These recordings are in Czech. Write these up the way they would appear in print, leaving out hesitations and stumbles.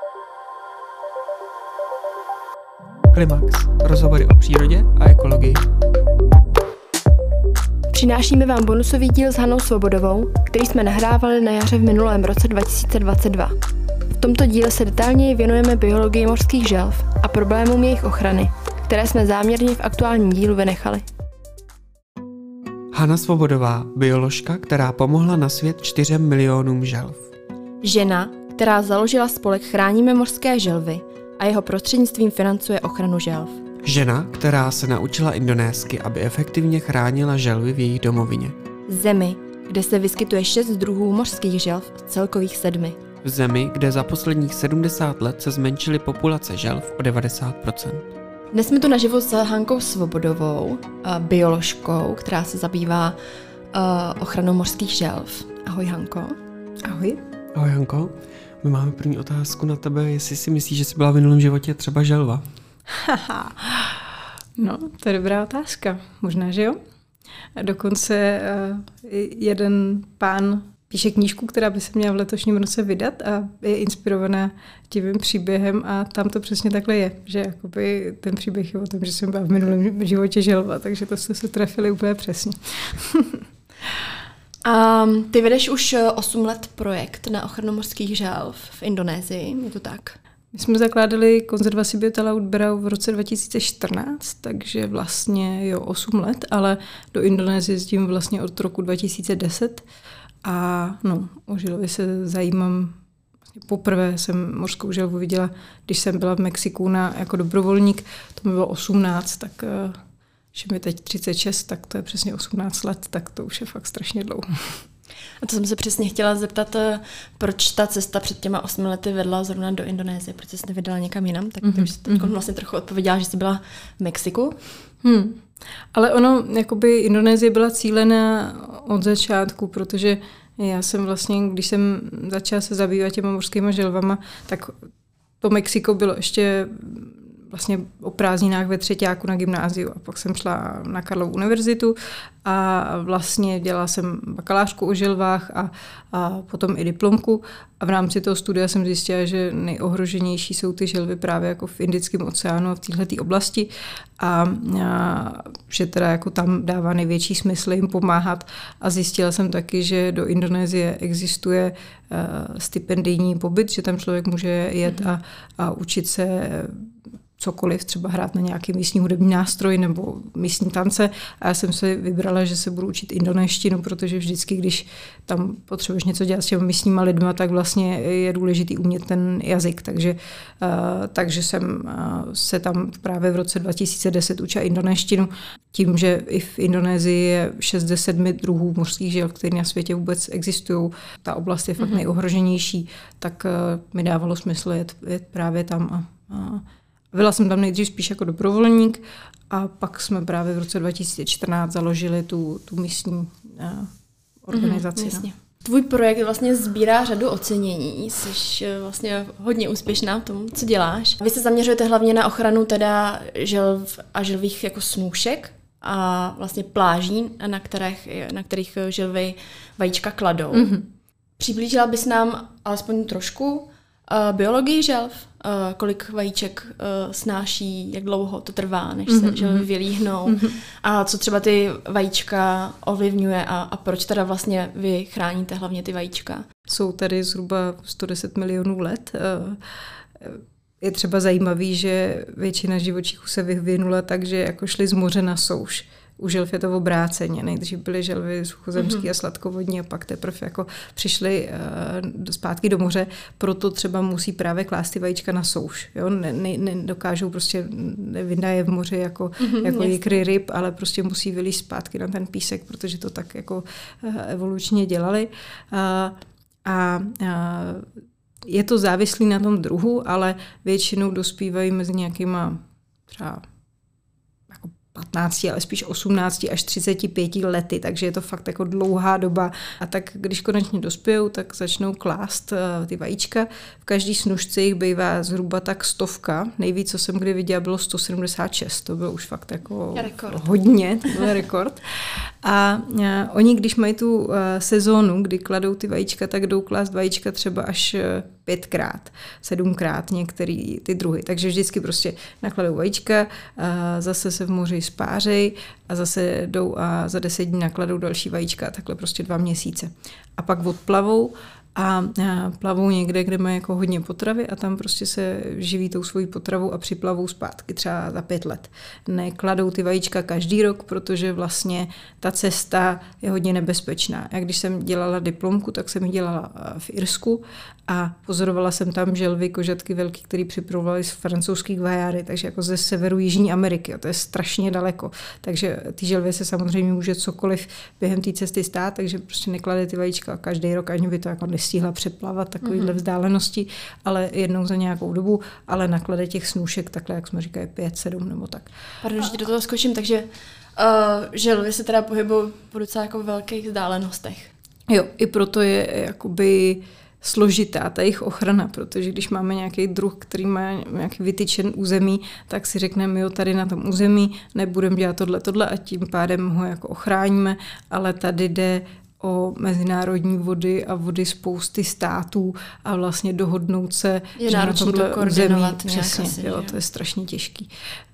Klimax. Rozhovory o přírodě a ekologii. Přinášíme vám bonusový díl s Hanou Svobodovou, který jsme nahrávali na jaře v minulém roce 2022. V tomto díle se detailněji věnujeme biologii mořských želv a problémům jejich ochrany, které jsme záměrně v aktuálním dílu vynechali. Hana Svobodová, bioložka, která pomohla na svět 4 milionům želv. Žena, která založila spolek Chráníme mořské želvy a jeho prostřednictvím financuje ochranu želv. Žena, která se naučila indonésky, aby efektivně chránila želvy v jejich domovině. Zemi, kde se vyskytuje 6 druhů mořských želv z celkových 7. V zemi, kde za posledních 70 let se zmenšily populace želv o 90%. Dnes jsme tu naživo s Hankou Svobodovou, bioložkou, která se zabývá ochranou mořských želv. Ahoj, Hanko. Ahoj. Ahoj, Hanko. My máme první otázku na tebe, jestli si myslíš, že jsi byla v minulém životě třeba želva. No, to je dobrá otázka. Možná, že jo. Dokonce jeden pán píše knížku, která by se měla v letošním roce vydat a je inspirovaná tím příběhem a tam to přesně takhle je, že jakoby ten příběh je o tom, že jsem byla v minulém životě želva, takže to jste se trefili úplně přesně. A ty vedeš už 8 let projekt na ochranu mořských želv v Indonésii, je to tak? My jsme zakládali konzervaci Biota Laut Berau v roce 2014, takže vlastně 8 let, ale do Indonésie jezdím vlastně od roku 2010 a o želvy se zajímám. Poprvé jsem mořskou želvu viděla, když jsem byla v Mexiku jako dobrovolník, to mi bylo 18, tak že mi teď 36, tak to je přesně 18 let, tak to už je fakt strašně dlouho. A to jsem se přesně chtěla zeptat, proč ta cesta před těma 8 lety vedla zrovna do Indonésie, proč jsi nevydala někam jinam, tak ty už teď vlastně trochu odpověděla, že jsi byla v Mexiku. Ale ono, jakoby Indonésie byla cílená od začátku, protože já jsem vlastně, když jsem začala se zabývat těma mořskýma želvama, tak to Mexiko bylo ještě vlastně o prázdninách ve třeťáku na gymnáziu a pak jsem šla na Karlovu univerzitu a vlastně dělala jsem bakalářku o želvách a potom i diplomku a v rámci toho studia jsem zjistila, že nejohroženější jsou ty želvy právě jako v Indickém oceánu a v této oblasti a že teda jako tam dává největší smysl jim pomáhat a zjistila jsem taky, že do Indonésie existuje stipendijní pobyt, že tam člověk může jet a učit se cokoliv, třeba hrát na nějaký místní hudební nástroj nebo místní tance. A já jsem se vybrala, že se budu učit indonéštinu, protože vždycky, když tam potřebuješ něco dělat s těmi místníma lidma, tak vlastně je důležitý umět ten jazyk. Takže jsem se tam právě v roce 2010 učila indonéštinu. Tím, že i v Indonésii je 6 ze 7 druhů mořských želv, které na světě vůbec existují, ta oblast je fakt nejohroženější, tak mi dávalo smysl jet právě tam a byla jsem tam nejdřív spíš jako dobrovolník a pak jsme právě v roce 2014 založili tu místní organizaci. Tvůj projekt vlastně sbírá řadu ocenění, jsi vlastně hodně úspěšná v tom, co děláš. Vy se zaměřujete hlavně na ochranu teda želv a želvých jako snůšek a vlastně pláží, na kterých želvy vajíčka kladou. Přiblížila bys nám alespoň trošku biologii želv, kolik vajíček snáší, jak dlouho to trvá, než se želvy vylíhnou a co třeba ty vajíčka ovlivňuje a proč teda vlastně vy chráníte hlavně ty vajíčka. Jsou tady zhruba 110 milionů let. Je třeba zajímavý, že většina živočichů se vyvinula tak, že jako šli z moře na souš. U želv je to obráceně. Nejdřív byly želvy suchozemský a sladkovodní a pak teprve jako přišly zpátky do moře. Proto třeba musí právě klást ty vajíčka na souš. Jo? Nedokážou prostě vydaje v moři jako jikry ryb, ale prostě musí vylízt zpátky na ten písek, protože to tak jako evolučně dělali. Je to závislý na tom druhu, ale většinou dospívají mezi nějakýma třeba 15, ale spíš 18 až 35 lety, takže je to fakt jako dlouhá doba. A tak když konečně dospějou, tak začnou klást ty vajíčka. V každý snužce jich bývá zhruba tak 100. Nejvíc, co jsem kdy viděla, bylo 176. To bylo už fakt jako hodně, to byl rekord. A oni, když mají tu sezónu, kdy kladou ty vajíčka, tak jdou klást vajíčka třeba až 5krát, 7krát některý ty druhy. Takže vždycky prostě nakladou vajíčka, zase se v moři spářej a zase jdou a za 10 dní nakladou další vajíčka a takhle prostě 2 měsíce. A pak odplavou a plavou někde, kde mají jako hodně potravy a tam prostě se živí tou svojí potravou a připlavou zpátky třeba za 5 let. Nekladou ty vajíčka každý rok, protože vlastně ta cesta je hodně nebezpečná. Já když jsem dělala diplomku, tak jsem ji dělala v Irsku a pozorovala jsem tam želvy, kožatky velký, který připravovaly z francouzských Guajany, takže jako ze severu Jižní Ameriky. A to je strašně daleko. Takže ty želvy se samozřejmě může cokoliv během té cesty stát, takže prostě neklade ty vajíčka každý rok, ani by to jako nestihla přeplavat takovýhle vzdálenosti, ale jednou za nějakou dobu, ale naklade těch snůšek takhle, jak jsme říkali, 5, 7 nebo tak. Pardon, že do toho skočím, takže želvy se teda pohybují po docela jako velkých vzdálenostech. Jo, i proto je jakoby složitá ta jejich ochrana, protože když máme nějaký druh, který má nějaký vytyčen území, tak si řekneme, jo, tady na tom území nebudeme dělat tohle a tím pádem ho jako ochráníme, ale tady jde o mezinárodní vody a vody spousty států a vlastně dohodnout se, je náročné to koordinovat území, přesně, asi, jo, to je strašně těžký.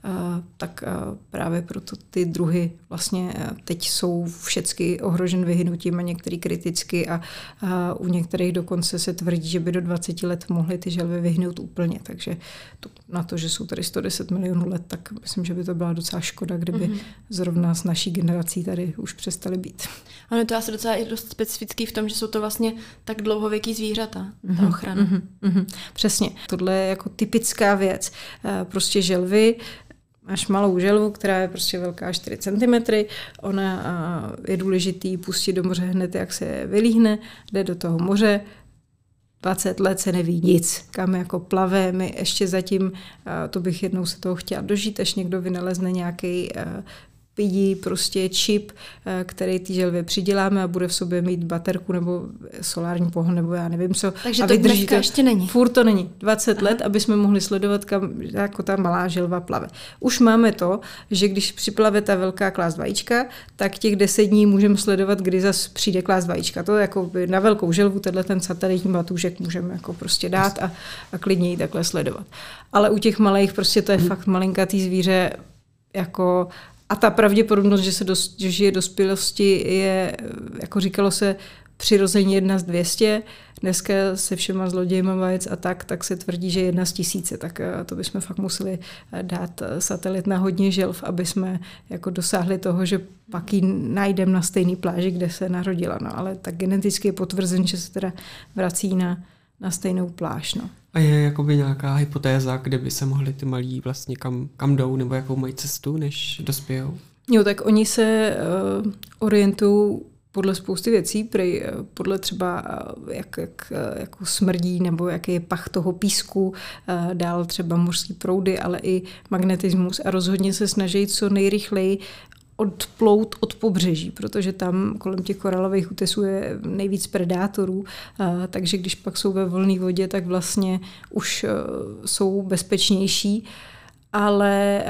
Tak právě proto ty druhy vlastně teď jsou všechny ohrožen vyhynutím a některý kriticky a u některých dokonce se tvrdí, že by do 20 let mohly ty želvy vyhnout úplně, takže na to, že jsou tady 110 milionů let, tak myslím, že by to byla docela škoda, kdyby zrovna s naší generací tady už přestaly být. Ano, to je asi docela i dost specifický v tom, že jsou to vlastně tak dlouhověký zvířata, ta ochrana. Přesně. Tohle je jako typická věc. Prostě želvy, máš malou želvu, která je prostě velká 4 cm, ona je důležitý pustit do moře hned, jak se vylíhne, jde do toho moře, 20 let se neví nic, kam jako plave, my ještě zatím, to bych jednou se toho chtěla dožít, až někdo vynalezne nějaký pidi, prostě čip, který ty želvy přiděláme a bude v sobě mít baterku nebo solární pohon, nebo já nevím co. Takže a to dneska ještě není. Furt to není. 20 let, aby jsme mohli sledovat, kam jako ta malá želva plave. Už máme to, že když připlave ta velká klást vajíčka, tak těch 10 dní můžeme sledovat, kdy zas přijde klást vajíčka. To jako na velkou želvu ten satelitní batůžek můžeme jako prostě dát a klidně ji takhle sledovat. Ale u těch malých prostě to je fakt malinkatý zvíře jako. A ta pravděpodobnost, že žije dospělosti, je, jako říkalo se, přirozeně 1 z 200. Dneska se všema zlodějima vajec a tak se tvrdí, že 1 z 1000. Tak to bychom fakt museli dát satelit na hodně želv, aby jsme jako dosáhli toho, že pak ji najdeme na stejný pláži, kde se narodila. No, ale tak geneticky je potvrzen, že se teda vrací na stejnou pláž. No. A je jakoby nějaká hypotéza, kde by se mohli ty malí vlastně kam jdou, nebo jakou mají cestu, než dospějou? Jo, tak oni se orientují podle spousty věcí, podle třeba jak jako smrdí, nebo jaký je pach toho písku, dál třeba mořský proudy, ale i magnetismus a rozhodně se snaží co nejrychleji odplout od pobřeží, protože tam kolem těch koralových útesů je nejvíc predátorů, takže když pak jsou ve volné vodě, tak vlastně už jsou bezpečnější, ale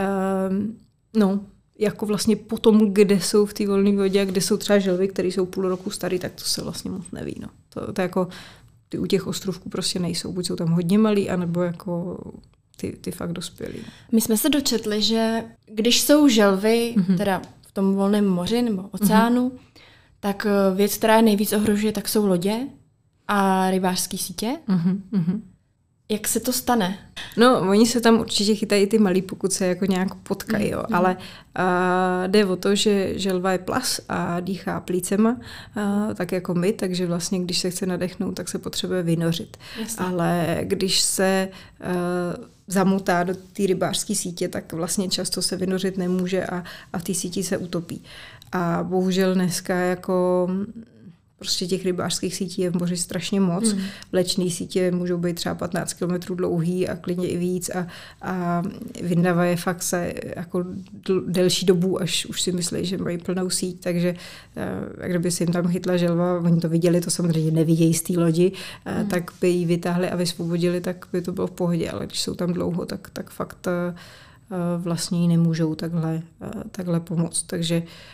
jako vlastně potom, kde jsou v té volné vodě a kde jsou třeba želvy, které jsou půl roku starý, tak to se vlastně moc neví. No. To jako ty u těch ostrovků prostě nejsou, buď jsou tam hodně malí, anebo jako ty fakt dospělí. My jsme se dočetli, že když jsou želvy, teda v tom volném moři nebo oceánu, tak věc, která je nejvíc ohrožuje, tak jsou lodě a rybářské sítě. Jak se to stane? No, oni se tam určitě chytají ty malí, pokud se jako nějak potkají, jo. Ale jde o to, že želva je plas a dýchá plícema, tak jako my, takže vlastně, když se chce nadechnout, tak se potřebuje vynořit. Jasně. Ale když se zamotá do té rybářské sítě, tak vlastně často se vynořit nemůže a v té síti se utopí. A bohužel dneska jako prostě těch rybářských sítí je v moři strašně moc. Vlečné sítě můžou být třeba 15 km dlouhý a klidně i víc a vyndávají fakt se jako delší dobu, až už si myslí, že mají plnou síť, takže jak kdyby si jim tam chytla želva, oni to viděli, to samozřejmě nevidějí z té lodi, tak by ji vytáhli a vysvobodili, tak by to bylo v pohodě, ale když jsou tam dlouho, tak fakt vlastně ji nemůžou takhle pomoct. Takže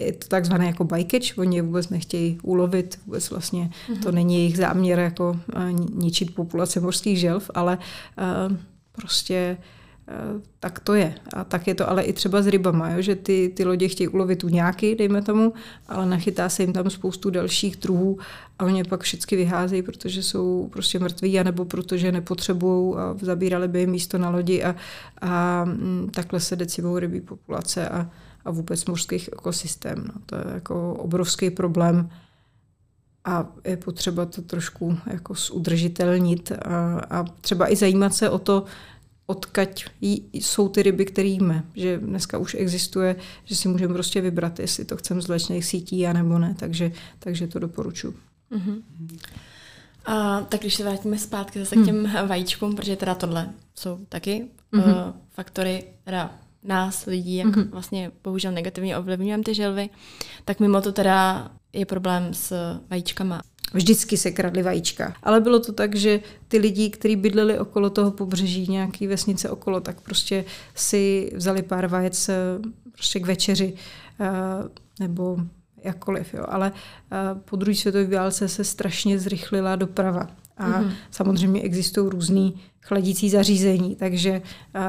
je to takzvané jako bycatch, oni je vůbec nechtějí ulovit, vůbec vlastně to není jejich záměr jako ničit populace mořských želv, ale prostě tak to je. A tak je to ale i třeba s rybama, jo? Že ty lodě chtějí ulovit tuňáky, dejme tomu, ale nachytá se jim tam spoustu dalších druhů a oni pak všichni vyházejí, protože jsou prostě mrtví, anebo protože nepotřebují a zabírali by jim místo na lodi a takhle se decimou rybí populace a vůbec mořských ekosystém. No, to je jako obrovský problém a je potřeba to trošku jako udržitelnit a třeba i zajímat se o to, odkud jsou ty ryby, které jíme. Že dneska už existuje, že si můžeme prostě vybrat, jestli to chceme z mléčných sítí, anebo ne. Takže to doporučuji. A tak když se vrátíme zpátky zase k těm vajíčkům, protože teda tohle jsou taky faktory teda nás, lidí, jak vlastně bohužel negativně ovlivňujeme ty želvy, tak mimo to teda je problém s vajíčkama. Vždycky se kradly vajíčka. Ale bylo to tak, že ty lidi, kteří bydleli okolo toho pobřeží, nějaký vesnice okolo, tak prostě si vzali pár vajec prostě k večeři nebo jakkoliv. Jo. Ale po druhé světové válce se strašně zrychlila doprava. A samozřejmě existují různý chladící zařízení, takže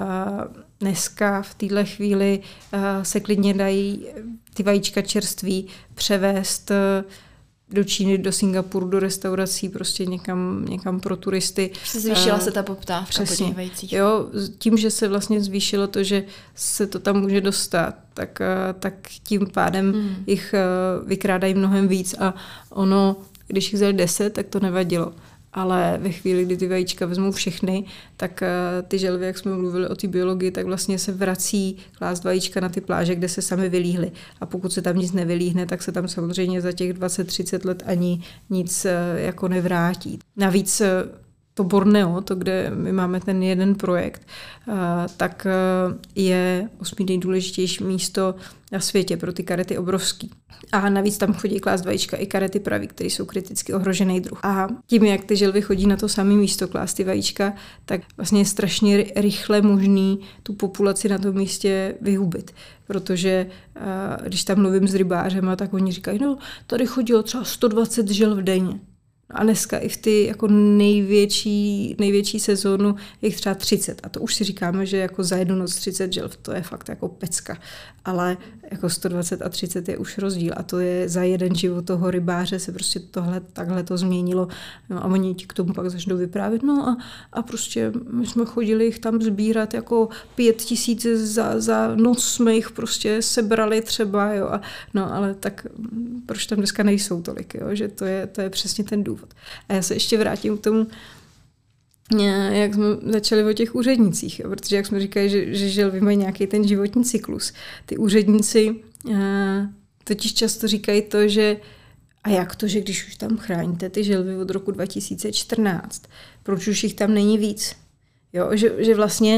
dneska v téhle chvíli se klidně dají ty vajíčka čerství převést do Číny, do Singapuru, do restaurací, prostě někam pro turisty. Zvýšila se ta poptávka po těch vejcích. Jo, tím, že se vlastně zvýšilo to, že se to tam může dostat, tak tím pádem jich vykrádají mnohem víc a ono, když jich vzali 10, tak to nevadilo. Ale ve chvíli, kdy ty vajíčka vezmou všechny, tak ty želvy, jak jsme mluvili o té biologii, tak vlastně se vrací klást vajíčka na ty pláže, kde se sami vylíhly. A pokud se tam nic nevylíhne, tak se tam samozřejmě za těch 20-30 let ani nic jako nevrátí. Navíc to Borneo, to, kde my máme ten jeden projekt, tak je 8. nejdůležitější místo na světě pro ty karety obrovský. A navíc tam chodí klást vajíčka i karety pravý, které jsou kriticky ohrožený druh. A tím, jak ty želvy chodí na to samé místo klást ty vajíčka, tak vlastně je strašně rychle možný tu populaci na tom místě vyhubit. Protože když tam mluvím s rybářema, tak oni říkají, no tady chodilo třeba 120 želv denně. A dneska i v ty jako největší sezónu je jich třeba 30. A to už si říkáme, že jako za jednu noc 30 želv, to je fakt jako pecka. Ale jako 120 a 30 je už rozdíl. A to je za jeden život toho rybáře se prostě takhle to změnilo. No a oni ti k tomu pak začnou vyprávět. No a prostě my jsme chodili jich tam sbírat jako 5000 za noc jsme jich prostě sebrali třeba. Jo. No ale tak proč tam dneska nejsou tolik, jo? Že to je přesně ten důvod. A já se ještě vrátím k tomu, jak jsme začali o těch úřednicích, protože jak jsme říkali, že želvy mají nějaký ten životní cyklus. Ty úředníci totiž často říkají to, že a jak to, že když už tam chráníte ty želvy od roku 2014, proč už jich tam není víc? Jo, že vlastně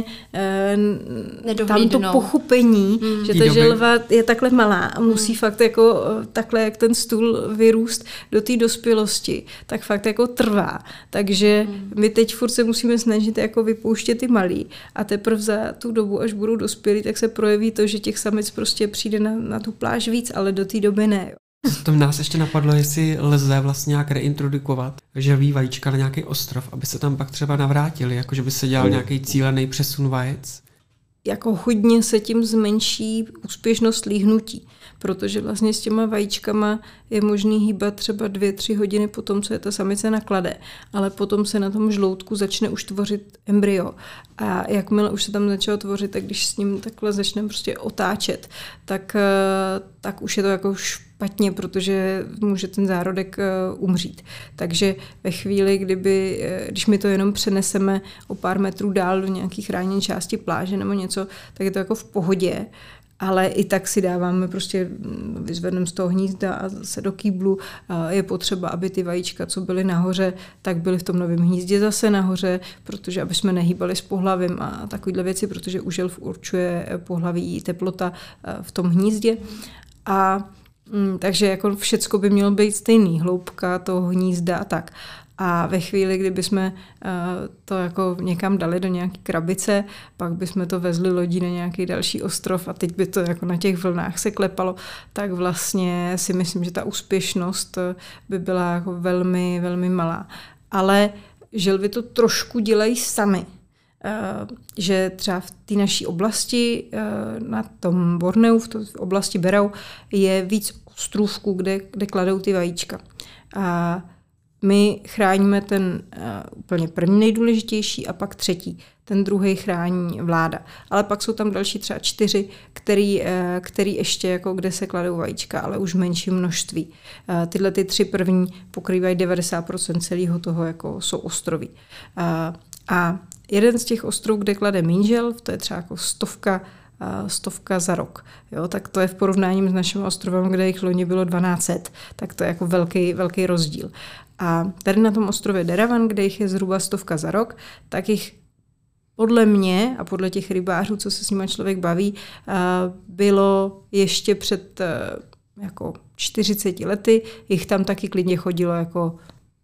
tam to pochopení, že ta želva je takhle malá a musí fakt jako takhle, jak ten stůl vyrůst do té dospělosti, tak fakt jako trvá. Takže my teď furt se musíme snažit jako vypouštět ty malý a teprve za tu dobu, až budou dospělí, tak se projeví to, že těch samic prostě přijde na tu pláž víc, ale do té doby ne. Jo. To nás ještě napadlo, jestli lze vlastně nějak reintrodukovat želví vajíčka na nějaký ostrov, aby se tam pak třeba navrátili, jakože by se dělal nějaký cílený přesun vajec. Jako hodně se tím zmenší úspěšnost líhnutí, protože vlastně s těma vajíčkama je možný hýbat třeba 2-3 hodiny po tom, co je ta samice naklade, ale potom se na tom žloutku začne už tvořit embryo. A jakmile už se tam začalo tvořit, tak když s ním takhle začneme prostě otáčet, tak už je to jako špatně, protože může ten zárodek umřít. Takže ve chvíli, když my to jenom přeneseme o pár metrů dál do nějaký chráněné části pláže nebo něco, tak je to jako v pohodě. Ale i tak si dáváme, prostě vyzvedneme z toho hnízda a zase do kýblu. Je potřeba, aby ty vajíčka, co byly nahoře, tak byly v tom novém hnízdě zase nahoře, protože aby jsme nehýbali s pohlavím a takovéhle věci, protože u želv určuje pohlaví teplota v tom hnízdě. A takže jako všecko by mělo být stejný, hloubka toho hnízda a tak. A ve chvíli, kdyby jsme to jako někam dali do nějaké krabice, pak bychom to vezli lodí na nějaký další ostrov a teď by to jako na těch vlnách se klepalo, tak vlastně si myslím, že ta úspěšnost by byla jako velmi, velmi malá. Ale želvy to trošku dělají sami. Že třeba v té naší oblasti, na tom Borneu, v oblasti Berau, je víc ostrůvků, kde kladou ty vajíčka. A my chráníme ten úplně první nejdůležitější a pak třetí. Ten druhý chrání vláda. Ale pak jsou tam další třeba 4, který ještě jako kde se kladou vajíčka, ale už v menším množství. Tyhle ty 3 první pokrývají 90% celého toho, jako jsou ostroví. A jeden z těch ostrovů, kde klade mínžel, to je třeba jako 100 za rok. Jo, tak to je v porovnání s naším ostrovem, kde jich loni bylo 1200, tak to je jako velký rozdíl. A tady na tom ostrově Deravan, kde jich je zhruba 100 za rok, tak jich podle mě a podle těch rybářů, co se s nimi člověk baví, bylo ještě před jako 40 lety, jich tam taky klidně chodilo jako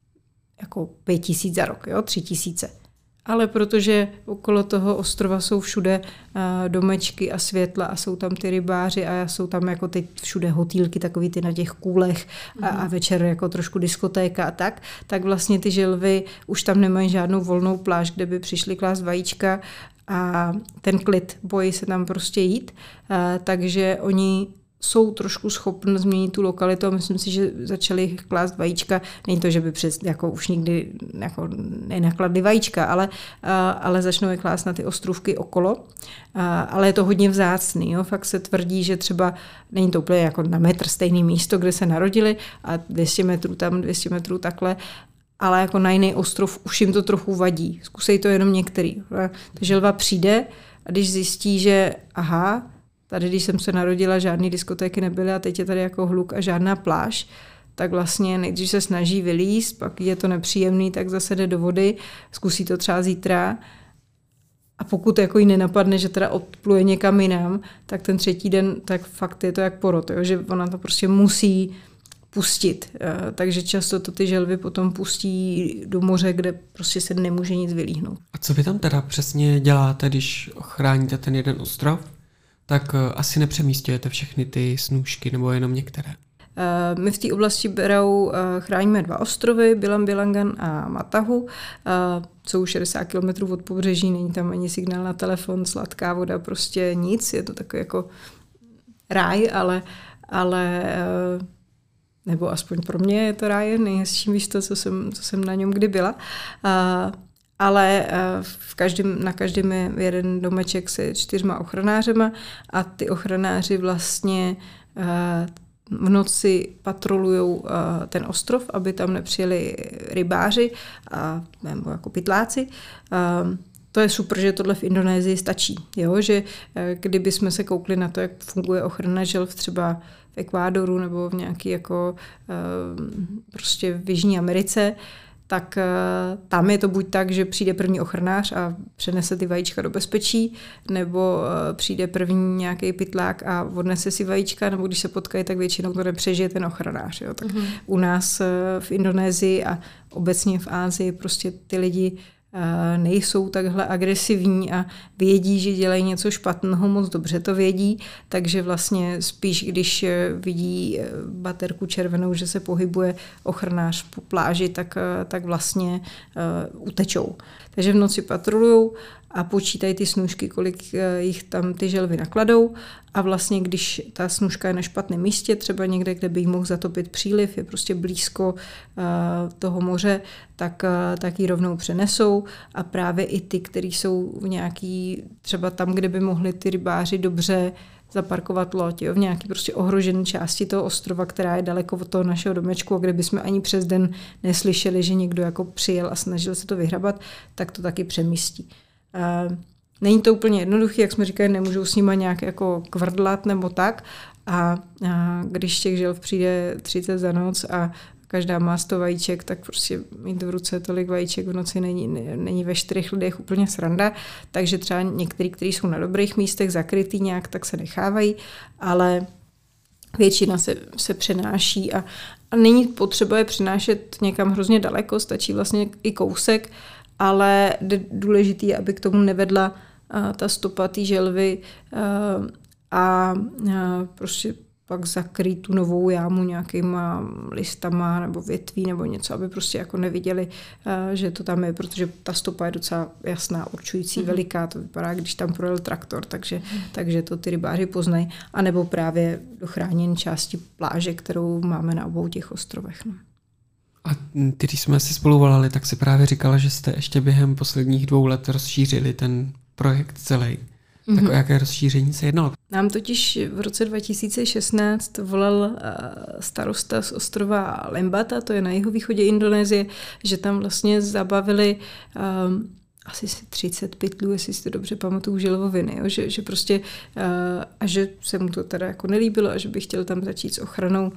5000 za rok, jo, 3000. Ale protože okolo toho ostrova jsou všude domečky a světla a jsou tam ty rybáři a jsou tam jako teď všude hotýlky, takový ty na těch kůlech a večer jako trošku diskotéka a tak vlastně ty želvy už tam nemají žádnou volnou pláž, kde by přišli klást vajíčka a ten klid, bojí se tam prostě jít, takže oni jsou trošku schopni změnit tu lokalitu a myslím si, že začali klást vajíčka. Není to, že by jako už nikdy jako nenakladli vajíčka, ale začnou je klást na ty ostrůvky okolo. Ale je to hodně vzácný. Jo? Fakt se tvrdí, že třeba není to úplně jako na metr stejný místo, kde se narodili a 200 metrů tam, 200 metrů takhle, ale jako na jiný ostrov už jim to trochu vadí. Zkusej to jenom některý. Ta želva přijde a když zjistí, že tady, když jsem se narodila, žádný diskotéky nebyly a teď je tady jako hluk a žádná pláž, tak vlastně nejdřív se snaží vylízt, pak je to nepříjemný, tak zase jde do vody, zkusí to třeba zítra a pokud jako jí nenapadne, že teda odpluje někam jinam, tak ten 3. den, tak fakt je to jak porod, jo, že ona to prostě musí pustit. Takže často to ty želvy potom pustí do moře, kde prostě se nemůže nic vylíhnout. A co vy tam teda přesně děláte, když chráníte ten jeden ostrov? Tak asi nepřemístějete všechny ty snůšky, nebo jenom některé? My v té oblasti Berau chráníme 2 ostrovy, Bilam Bilangan a Matahu. Jsou 60 km od pobřeží, není tam ani signál na telefon, sladká voda, prostě nic. Je to takový jako ráj, ale nebo aspoň pro mě je to ráj, nejhezčí místo, co jsem na něm kdy byla. Ale na každém je jeden domeček se 4 ochranářema a ty ochranáři vlastně v noci patrolujou ten ostrov, aby tam nepřijeli rybáři nebo jako pytláci. To je super, že tohle v Indonésii stačí. Jo? Že kdyby jsme se koukli na to, jak funguje ochrana želv třeba v Ekvádoru nebo v nějaký jako prostě v Jižní Americe, tak tam je to buď tak, že přijde první ochranář a přenese ty vajíčka do bezpečí, nebo přijde první nějaký pytlák a odnese si vajíčka, nebo když se potkají, tak většinou to nepřežije ten ochranář. Jo. Tak u nás v Indonésii a obecně v Asii prostě ty lidi nejsou takhle agresivní a vědí, že dělají něco špatného, moc dobře to vědí, takže vlastně spíš, když vidí baterku červenou, že se pohybuje ochranář po pláži, tak vlastně utečou. Takže v noci patrolujou a počítají ty snůšky, kolik jich tam ty želvy nakladou a vlastně, když ta snůška je na špatném místě, třeba někde, kde by jí mohl zatopit příliv, je prostě blízko toho moře, tak ji rovnou přenesou a právě i ty, který jsou v nějaký, třeba tam, kde by mohli ty rybáři dobře zaparkovat loď, jo, v nějaké prostě ohrožené části toho ostrova, která je daleko od toho našeho domečku a kde bychom ani přes den neslyšeli, že někdo jako přijel a snažil se to vyhrabat, tak to taky přemístí. Není to úplně jednoduché, jak jsme říkali, nemůžou s nima nějak jako kvrdlat nebo tak a když těch želv přijde 30 za noc a každá má 100 vajíček, tak prostě mít v ruce tolik vajíček v noci není ve 4 lidech úplně sranda, takže třeba některý, kteří jsou na dobrých místech zakrytý nějak, tak se nechávají, ale většina se přenáší A není potřeba je přinášet někam hrozně daleko, stačí vlastně i kousek, ale důležitý je, aby k tomu nevedla ta stopa té želvy a prostě pak zakrýt tu novou jámu nějakýma listama nebo větví nebo něco, aby prostě jako neviděli, že to tam je, protože ta stopa je docela jasná, určující, veliká, to vypadá, když tam projel traktor, takže to ty rybáři poznají, anebo právě do chráněné části pláže, kterou máme na obou těch ostrovech. No. A ty, když jsme si spolu volali, tak si právě říkala, že jste ještě během posledních 2 let rozšířili ten projekt celý. Tak o jaké rozšíření se jednalo? Nám totiž v roce 2016 volal starosta z ostrova Lembata, to je na jihovýchodě Indonésie, že tam vlastně zabavili asi 30 pytlů, jestli si to dobře pamatuju, želvoviny, jo? Že prostě a že se mu to teda jako nelíbilo a že by chtěl tam začít s ochranou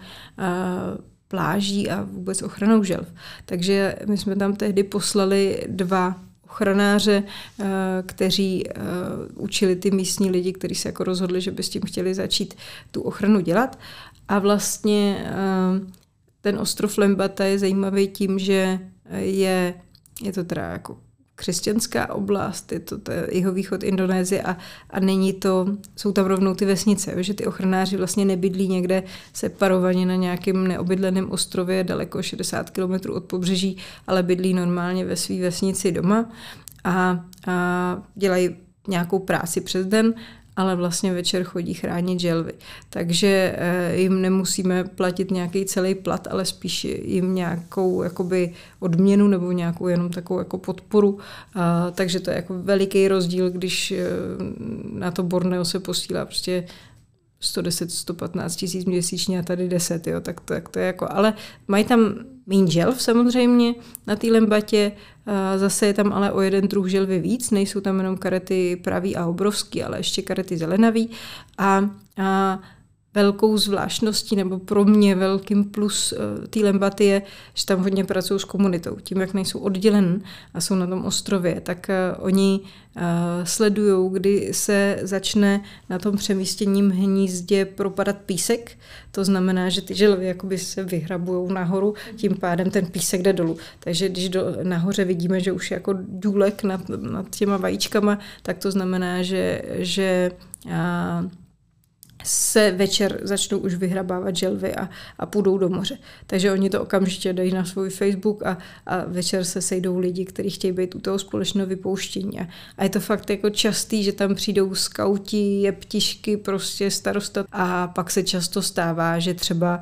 pláží a vůbec ochranou želv. Takže my jsme tam tehdy poslali 2 ochranáře, kteří učili ty místní lidi, kteří se jako rozhodli, že by s tím chtěli začít tu ochranu dělat. A vlastně ten ostrov Lembata je zajímavý tím, že je to teda jako křesťanská oblast, je to jihovýchod Indonésie a není to, jsou tam rovnou ty vesnice, že ty ochranáři vlastně nebydlí někde separovaně na nějakém neobydleném ostrově daleko 60 km od pobřeží, ale bydlí normálně ve své vesnici doma a dělají nějakou práci přes den, ale vlastně večer chodí chránit želvy. Takže jim nemusíme platit nějaký celý plat, ale spíš jim nějakou jakoby odměnu nebo nějakou jenom takovou jako podporu. Takže to je jako veliký rozdíl, když na to Borneo se posílá prostě 110-115 tisíc měsíčně a tady 10, jo, tak to je jako, ale mají tam méně želv samozřejmě na té Lembatě, zase je tam ale o jeden druh želvy víc, nejsou tam jenom karety pravý a obrovský, ale ještě karety zelenavý a velkou zvláštností, nebo pro mě velkým plus té Lembaty je, že tam hodně pracují s komunitou. Tím, jak nejsou oddělen a jsou na tom ostrově, tak oni sledují, kdy se začne na tom přemístěním hnízdě propadat písek. To znamená, že ty želvy jakoby se vyhrabujou nahoru, tím pádem ten písek jde dolů. Takže když nahoře vidíme, že už je jako důlek nad těma vajíčkama, tak to znamená, že se večer začnou už vyhrabávat želvy a půjdou do moře. Takže oni to okamžitě dají na svůj Facebook a večer se sejdou lidi, kteří chtějí být u toho společného vypouštění. A je to fakt jako častý, že tam přijdou skauti, jeptišky, prostě starosta a pak se často stává, že třeba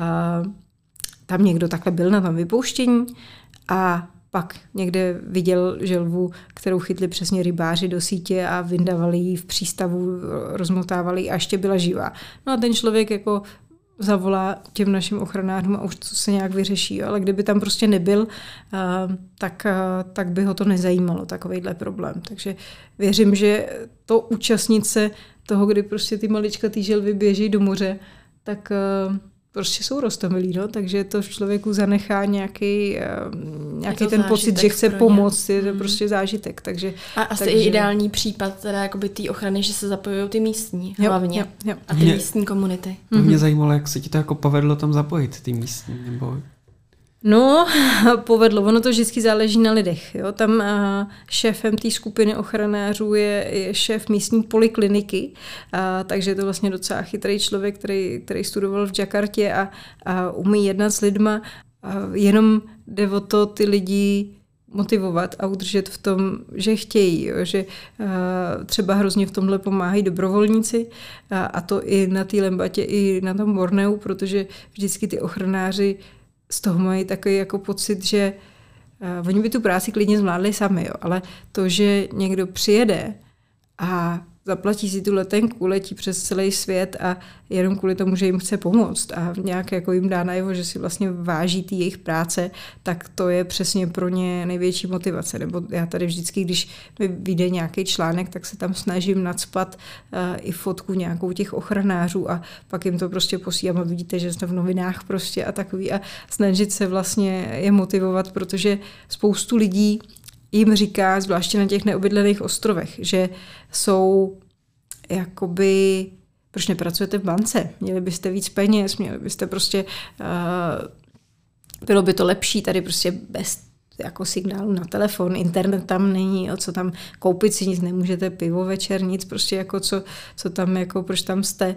tam někdo takhle byl na tom vypouštění a pak někde viděl želvu, kterou chytli přesně rybáři do sítě a vyndavali ji v přístavu, rozmotávali ji a ještě byla živá. No a ten člověk jako zavolá těm našim ochranářům a už to se nějak vyřeší. Ale kdyby tam prostě nebyl, tak by ho to nezajímalo, takovejhle problém. Takže věřím, že to účastnit se toho, kdy prostě ty maličkatý želvy běží do moře, tak prostě jsou roztomilí, no, takže to v člověku zanechá nějaký ten pocit, že chce pomoct, je to prostě zážitek. Takže asi i ideální případ teda jakoby té ochrany, že se zapojují ty místní hlavně jo. A ty místní komunity. To mě zajímalo, jak se ti to jako povedlo tam zapojit, ty místní, nebo... No, povedlo. Ono to vždycky záleží na lidech. Jo? Tam šéfem té skupiny ochranářů je šéf místní polikliniky, takže je to vlastně docela chytrý člověk, který studoval v Jakartě a umí jednat s lidma. Jenom jde o to ty lidi motivovat a udržet v tom, že chtějí, jo? Že třeba hrozně v tomhle pomáhají dobrovolníci a to i na té Lembatě, i na tom Borneu, protože vždycky ty ochranáři z toho mají takový jako pocit, že oni by tu práci klidně zvládli sami, jo, ale to, že někdo přijede a zaplatí si tu letenku, letí přes celý svět a jenom kvůli tomu, že jim chce pomoct a nějak jako jim dá najevo, že si vlastně váží ty jejich práce, tak to je přesně pro ně největší motivace. Nebo já tady vždycky, když mi vyjde nějaký článek, tak se tam snažím nacpat i fotku nějakou těch ochranářů a pak jim to prostě posílám a vidíte, že jste v novinách prostě a takový a snažit se vlastně je motivovat, protože spoustu lidí jim říká, zvláště na těch neobydlených ostrovech, že jsou jakoby, proč nepracujete v bance? Měli byste víc peněz, měli byste prostě bylo by to lepší tady prostě bez jako signálu na telefon, internet tam není, co tam koupit si nic nemůžete, pivo večer, nic, prostě jako co tam, jako proč tam jste.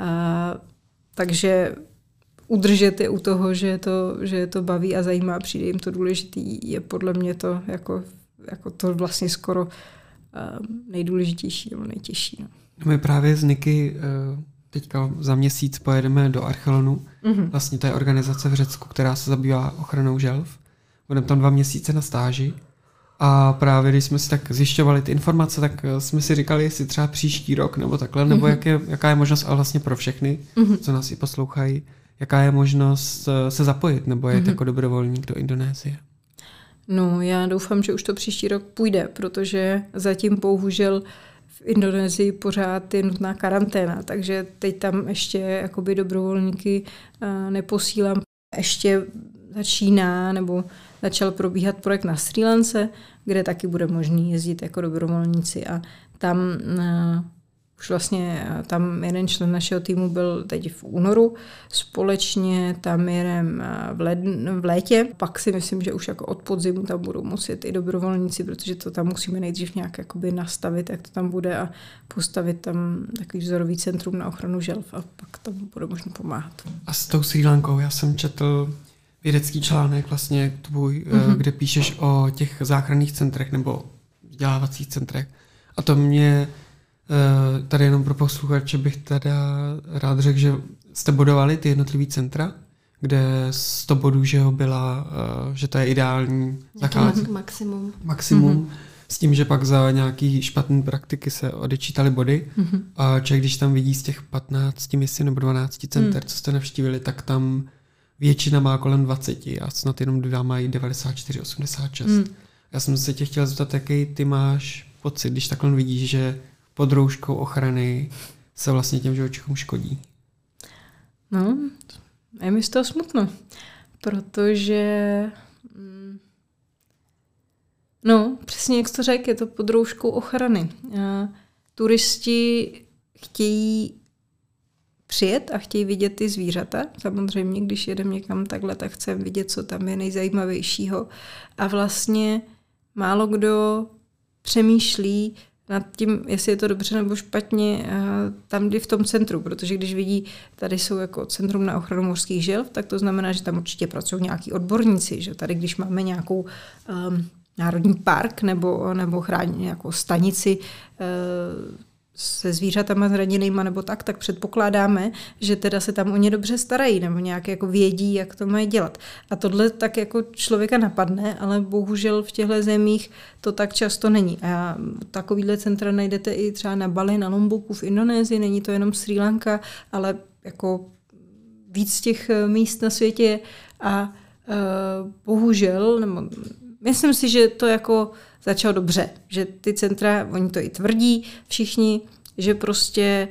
Takže udržet je u toho, že je to baví a zajímá, přijde jim to důležitý, je podle mě to jako to vlastně skoro nejdůležitější nebo nejtěžší. No. My právě z Niky teďka za měsíc pojedeme do Archelonu. Vlastně to je organizace v Řecku, která se zabývá ochranou želv. Budeme tam 2 měsíce na stáži. A právě když jsme si tak zjišťovali ty informace, tak jsme si říkali, jestli třeba příští rok nebo takhle, nebo jaká je možnost, ale vlastně pro všechny, co nás i poslouchají, jaká je možnost se zapojit nebo jet jako dobrovolník do Indonésie. No, já doufám, že už to příští rok půjde, protože zatím bohužel v Indonésii pořád je nutná karanténa, takže teď tam ještě jakoby dobrovolníky neposílám. Ještě začíná nebo začal probíhat projekt na Srí Lance, kde taky bude možný jezdit jako dobrovolníci a tam už vlastně tam jeden člen našeho týmu byl teď v únoru, společně tam jedeme v létě, pak si myslím, že už jako od podzimu tam budou muset i dobrovolníci, protože to tam musíme nejdřív nějak jakoby nastavit, jak to tam bude a postavit tam takový vzorový centrum na ochranu želv a pak tam bude možno pomáhat. A s tou Srí Lankou já jsem četl vědecký článek vlastně tvůj, kde píšeš o těch záchranných centrech nebo vzdělávacích centrech. A to mě tady jenom pro posluchače bych teda rád řekl, že jste bodovali ty jednotlivý centra, kde 100 bodů, že ho byla, že to je ideální zacházení. Maximum. S tím, že pak za nějaký špatné praktiky se odečítaly body. A člověk, když tam vidí z těch 15, myslím, nebo 12 center, co jste navštívili, tak tam většina má kolem 20 a snad jenom 2 mají 94, 86. Já jsem se tě chtěl zeptat, jaký ty máš pocit, když takhle vidíš, že pod rouškou ochrany se vlastně těm živočichům škodí. No, je mi z toho smutno, protože no, přesně jak jsi to řekl, je to pod rouškou ochrany. Turisti chtějí přijet a chtějí vidět ty zvířata. Samozřejmě, když jedeme někam takhle, tak chceme vidět, co tam je nejzajímavějšího. A vlastně málo kdo přemýšlí nad tím, jestli je to dobře nebo špatně tam, kdy v tom centru, protože když vidí, tady jsou jako Centrum na ochranu mořských želv, tak to znamená, že tam určitě pracují nějaký odborníci, že tady, když máme nějakou národní park nebo chrání nějakou stanici se zvířatama zraněnýma nebo tak předpokládáme, že teda se tam o ně dobře starají nebo nějak jako vědí, jak to mají dělat. A tohle tak jako člověka napadne, ale bohužel v těchto zemích to tak často není. A takovýhle centra najdete i třeba na Bali, na Lomboku v Indonésii, není to jenom Srí Lanka, ale jako víc těch míst na světě a bohužel, nebo myslím si, že to jako začalo dobře, že ty centra, oni to i tvrdí všichni, že prostě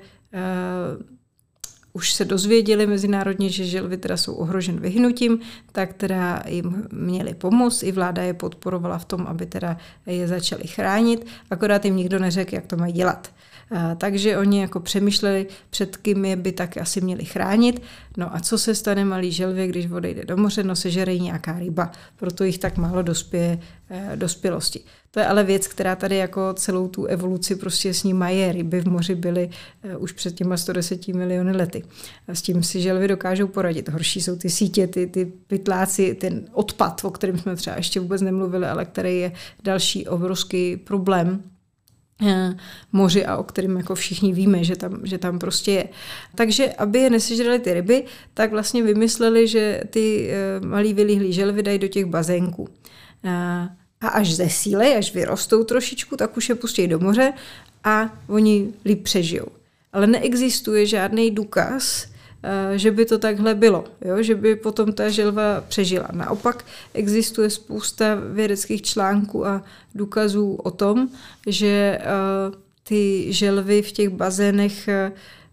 už se dozvěděli mezinárodně, že želvy teda jsou ohrožen vyhnutím, tak teda jim měli pomoct, i vláda je podporovala v tom, aby teda je začali chránit, akorát jim nikdo neřekl, jak to mají dělat. Takže oni jako přemýšleli, před kým je by tak asi měli chránit. No a co se stane malý želvě, když odejde do moře? No sežere nějaká ryba, proto jich tak málo dospěje dospělosti. To je ale věc, která tady jako celou tu evoluci prostě s nima je. Ryby v moři byly už před těma 110 miliony lety. A s tím si želvy dokážou poradit. Horší jsou ty sítě, ty pytláci, ten odpad, o kterém jsme třeba ještě vůbec nemluvili, ale který je další obrovský problém moři a o kterém jako všichni víme, že tam prostě je. Takže aby je nesežrali ty ryby, tak vlastně vymysleli, že ty malý vylíhlý želvy dají do těch bazénků. A až zesílej, až vyrostou trošičku, tak už je pustí do moře a oni líp přežijou. Ale neexistuje žádný důkaz, že by to takhle bylo, jo? Že by potom ta želva přežila. Naopak existuje spousta vědeckých článků a důkazů o tom, že ty želvy v těch bazénech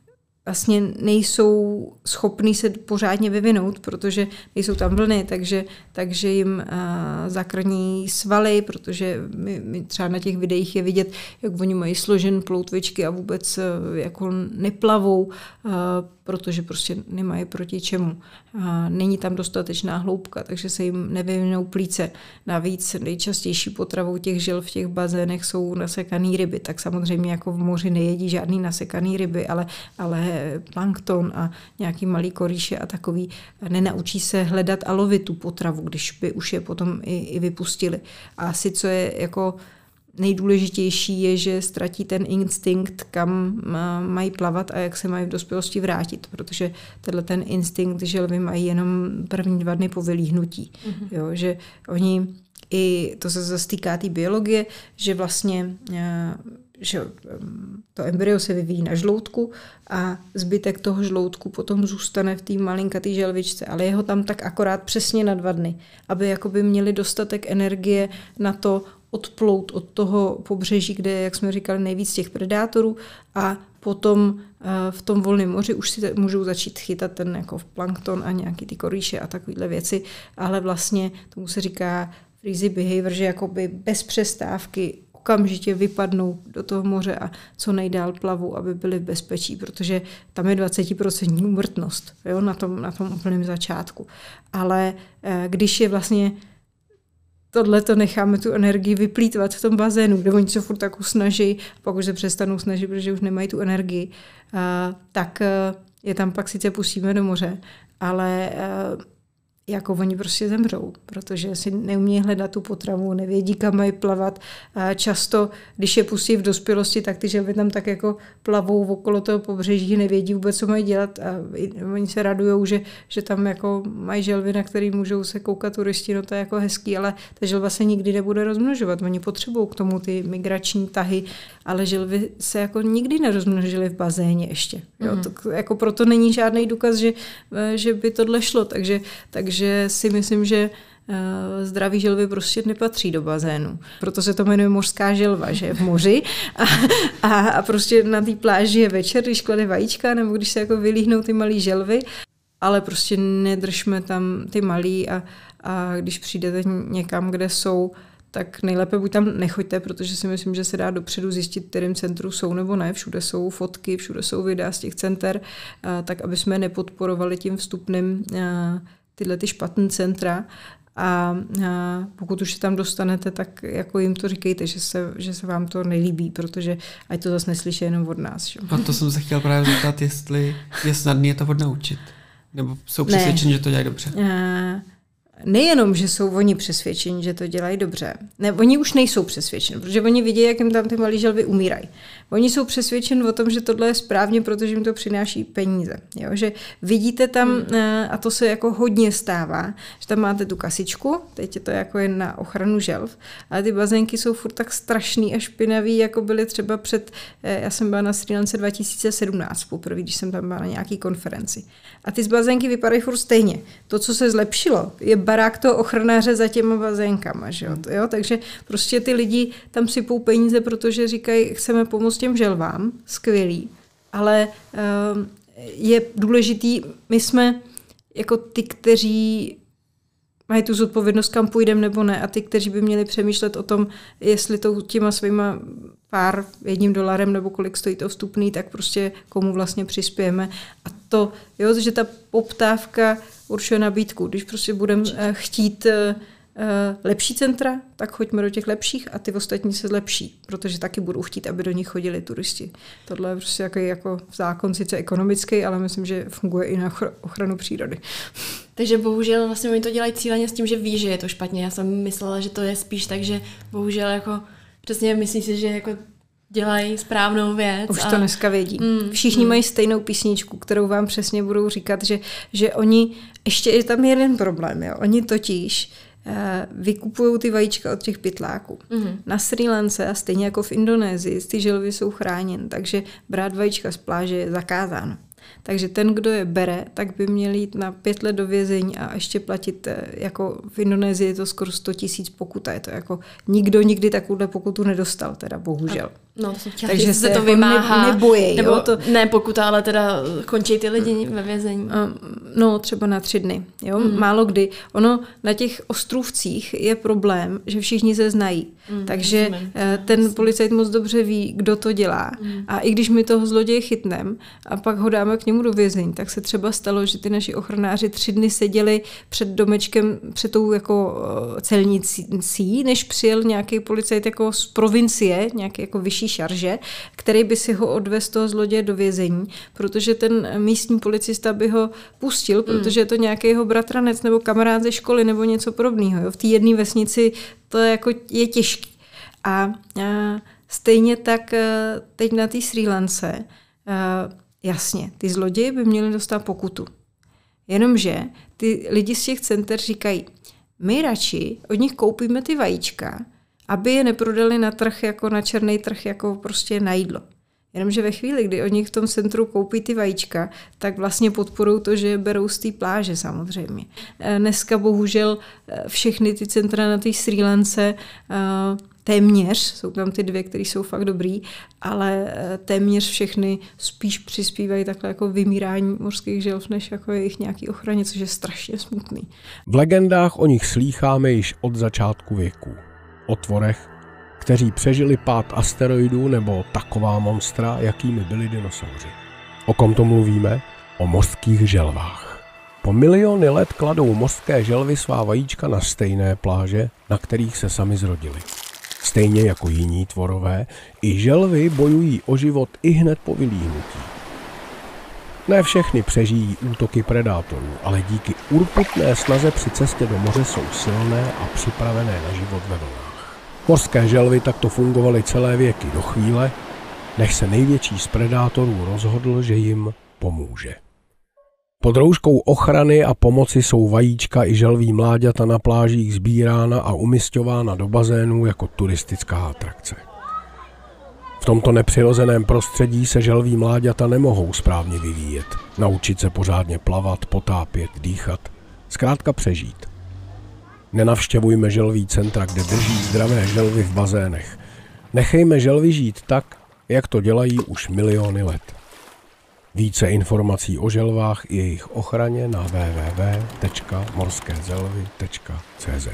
vlastně nejsou schopní se pořádně vyvinout, protože nejsou tam vlny, takže jim zakrní svaly, protože my třeba na těch videích je vidět, jak oni mají složen ploutvičky a vůbec jako neplavou, protože prostě nemají proti čemu. Není tam dostatečná hloubka, takže se jim nevyvinou plíce. Navíc nejčastější potravou těch želv v těch bazénech jsou nasekaný ryby, tak samozřejmě jako v moři nejedí žádný nasekaný ryby, ale plankton a nějaký malý korýše a takový. Nenaučí se hledat a lovit tu potravu, když by už je potom i vypustili. A asi co je jako nejdůležitější je, že ztratí ten instinkt, kam mají plavat a jak se mají v dospělosti vrátit, protože ten instinkt želvy mají jenom první 2 dny po vylíhnutí. Jo, že oni, i to se zase týká té biologie, že vlastně že to embryo se vyvíjí na žloutku a zbytek toho žloutku potom zůstane v té malinkatý želvičce, ale je ho tam tak akorát přesně na 2 dny, aby jakoby měli dostatek energie na to odplout od toho pobřeží, kde, jak jsme říkali, nejvíc těch predátorů a potom v tom volném moři už si můžou začít chytat ten jako plankton a nějaký ty korýše a takovéhle věci, ale vlastně tomu se říká freezy behavior, že jakoby bez přestávky okamžitě vypadnou do toho moře a co nejdál plavou, aby byli v bezpečí, protože tam je 20% úmrtnost, jo, na tom úplném začátku. Ale když je vlastně tohleto necháme tu energii vyplýtvat v tom bazénu, kde oni se furt tak usnaží, pak už se přestanou snažit, protože už nemají tu energii, tak je tam pak sice pustíme do moře, ale jako oni prostě zemřou, protože si neumí hledat tu potravu, nevědí, kam mají plavat. Často, když je pustí v dospělosti, tak ty želvy tam tak jako plavou okolo toho pobřeží, nevědí vůbec, co mají dělat a oni se radujou, že tam jako mají želvy, na který můžou se koukat turisti, no to je jako hezký, ale ta želva se nikdy nebude rozmnožovat. Oni potřebují k tomu ty migrační tahy, ale želvy se jako nikdy nerozmnožily v bazéně ještě. Jo? To, jako proto není žádný důkaz, že by tohle šlo, takže si myslím, že zdraví želvy prostě nepatří do bazénu. Proto se to jmenuje mořská želva, že je v moři a prostě na té pláži je večer, když klade vajíčka nebo když se jako vylíhnou ty malý želvy, ale prostě nedržme tam ty malý a když přijdete někam, kde jsou, tak nejlépe buď tam nechoďte, protože si myslím, že se dá dopředu zjistit, kterým centru jsou nebo ne. Všude jsou fotky, všude jsou videa z těch center, tak aby jsme nepodporovali tím vstupným tyhle ty špatné centra a pokud už se tam dostanete, tak jako jim to říkejte, že se vám to nelíbí, protože ať to zase neslyší jenom od nás. Že? A to jsem se chtěl právě zeptat, jestli je snadné je to odnaučit. Nebo jsou přesvědčeni, že to dělají dobře. Nejenom, že jsou oni přesvědčeni, že to dělají dobře. Ne, oni už nejsou přesvědčeni, protože oni vidí, jak jim tam ty malé želvy umírají. Oni jsou přesvědčeni o tom, že tohle je správně, protože jim to přináší peníze. Jo? Že vidíte tam, a to se jako hodně stává, že tam máte tu kasičku, teď je to jako jen na ochranu želv, ale ty bazénky jsou furt tak strašný a špinavý, jako byly třeba já jsem byla na Srí Lance 2017 poprvé, když jsem tam byla na nějaký konferenci. A ty bazénky vypadají furt stejně. To, co se zlepšilo, je barák toho ochranáře za těma bazénkama. Že jo? Takže prostě ty lidi tam sypou peníze, protože říkají, chceme pomoct těm želvám, skvělý, ale je důležitý, my jsme jako ty, kteří mají tu zodpovědnost, kam půjdeme nebo ne, a ty, kteří by měli přemýšlet o tom, jestli to těma svýma pár $1 nebo kolik stojí to vstupný, tak prostě komu vlastně přispějeme. A to, jo, že ta poptávka určuje nabídku. Když prostě budeme chtít lepší centra, tak choďme do těch lepších a ty ostatní se zlepší, protože taky budou chtít, aby do nich chodili turisti. Tohle je prostě jako zákon sice ekonomický, ale myslím, že funguje i na ochranu přírody. Takže bohužel vlastně oni to dělají cíleně s tím, že ví, že je to špatně. Já jsem myslela, že to je spíš tak, že bohužel jako přesně myslí si, že jako dělají správnou věc. Už to dneska vědí. Všichni mají stejnou písničku, kterou vám přesně budou říkat, že oni, ještě je tam jeden problém, jo? Oni totiž vykupují ty vajíčka od těch pytláků. Na Srí Lance a stejně jako v Indonésii ty želvy jsou chráněny, takže brát vajíčka z pláže je zakázáno. Takže ten, kdo je bere, tak by měl jít na 5 let do vězení a ještě platit, jako v Indonésii je to skoro 100 000 pokuta. Je to jako nikdo nikdy takovouhle pokutu nedostal, teda bohužel. No, to jsem chtěla, takže se to jako vymáhá. Nebojí. Nebo jo, ne pokuta, ale teda končí ty lidi ve vězení. No, třeba na 3 dny. Jo? Málo kdy. Ono na těch ostrůvcích je problém, že všichni se znají. Takže ten policajt moc dobře ví, kdo to dělá. A i když my toho zloděje chytneme a pak ho dáme k němu do vězení, tak se třeba stalo, že ty naši ochranáři 3 dny seděli před domečkem, před tou jako celnicí, než přijel nějaký policajt jako z provincie, nějaký jako vyšší šarže, který by si ho odvez toho zloděje do vězení, protože ten místní policista by ho pustil, protože je to nějaký jeho bratranec nebo kamarád ze školy nebo něco podobného. V té jedné vesnici to je těžký. A stejně tak teď na té Srí Lance, jasně, ty zloději by měli dostat pokutu. Jenomže ty lidi z těch center říkají, my radši od nich koupíme ty vajíčka, aby je neprodali na trh, jako na černý trh, jako prostě na jídlo. Jenomže ve chvíli, kdy od nich v tom centru koupí ty vajíčka, tak vlastně podporují to, že je berou z té pláže samozřejmě. Dneska bohužel všechny ty centra na té Srí Lance téměř, jsou tam ty 2, které jsou fakt dobrý, ale téměř všechny spíš přispívají takhle jako vymírání mořských želv, než jako jejich nějaký ochraně, což je strašně smutný. V legendách o nich slýcháme již od začátku věku. O tvorech, kteří přežili pád asteroidů nebo taková monstra, jakými byli dinosauři. O kom to mluvíme? O mořských želvách. Po miliony let kladou mořské želvy svá vajíčka na stejné pláže, na kterých se sami zrodili. Stejně jako jiní tvorové, i želvy bojují o život ihned po vylíhnutí. Ne všechny přežijí útoky predátorů, ale díky urputné snaze při cestě do moře jsou silné a připravené na život ve vlnách. Mořské želvy takto fungovaly celé věky do chvíle, než se největší z predátorů rozhodl, že jim pomůže. Pod rouškou ochrany a pomoci jsou vajíčka i želví mláďata na plážích sbírána a umisťována do bazénů jako turistická atrakce. V tomto nepřirozeném prostředí se želví mláďata nemohou správně vyvíjet, naučit se pořádně plavat, potápět, dýchat, zkrátka přežít. Nenavštěvujme želví centra, kde drží zdravé želvy v bazénech. Nechejme želvy žít tak, jak to dělají už miliony let. Více informací o želvách i jejich ochraně na www.morskezelvy.cz.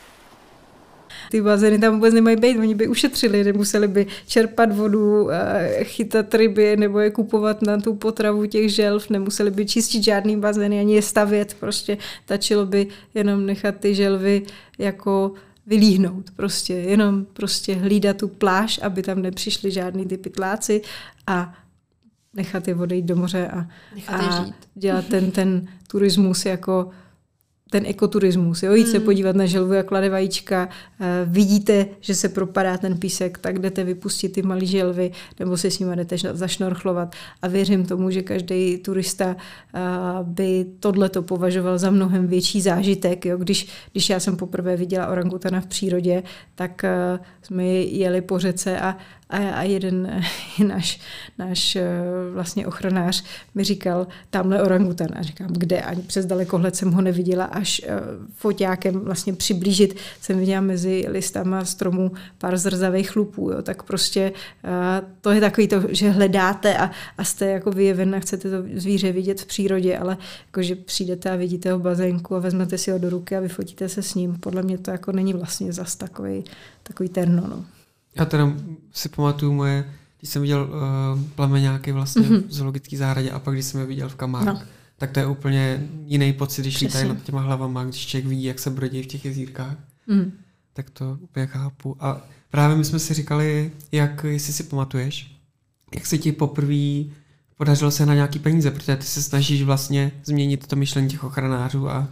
Ty bazény tam vůbec nemají být, oni by ušetřili, nemuseli by čerpat vodu, chytat ryby nebo je kupovat na tu potravu těch želv, nemuseli by čistit žádný bazény, ani je stavět, prostě stačilo by jenom nechat ty želvy jako vylíhnout, prostě jenom prostě hlídat tu pláž, aby tam nepřišli žádný ty pytláci a nechat je odejít do moře a dělat ten turismus jako ten ekoturismus, jo? Jít se podívat na želvu, jak klade vajíčka, vidíte, že se propadá ten písek, tak jdete vypustit ty malé želvy, nebo se s nimi jdete zašnorchlovat. A věřím tomu, že každý turista by tohleto považoval za mnohem větší zážitek. Jo? Když já jsem poprvé viděla orangutana v přírodě, tak jsme jeli po řece a jeden náš vlastně ochranář mi říkal, tamhle orangutan. A říkám, kde? Ani přes dalekohled jsem ho neviděla, až foťákem vlastně přiblížit jsem viděla mezi listama stromů pár zrzavých chlupů. Jo. Tak prostě to je takový to, že hledáte a jste jako vyjeven a chcete to zvíře vidět v přírodě, ale jakože přijdete a vidíte ho v bazénku a vezmete si ho do ruky a vyfotíte se s ním. Podle mě to jako není vlastně zas takový terno. No. Já teda si pamatuju když jsem viděl plameňáky vlastně v zoologické zahradě a pak když jsem je viděl v Kamách, tak to je úplně jiný pocit, když lítají nad těma hlavama, když člověk vidí, jak se brodí v těch jezírkách. Tak to úplně chápu. A právě my jsme si říkali, jestli si pamatuješ, jak se ti poprvé podařilo se na nějaký peníze, protože ty se snažíš vlastně změnit to myšlení těch ochranářů a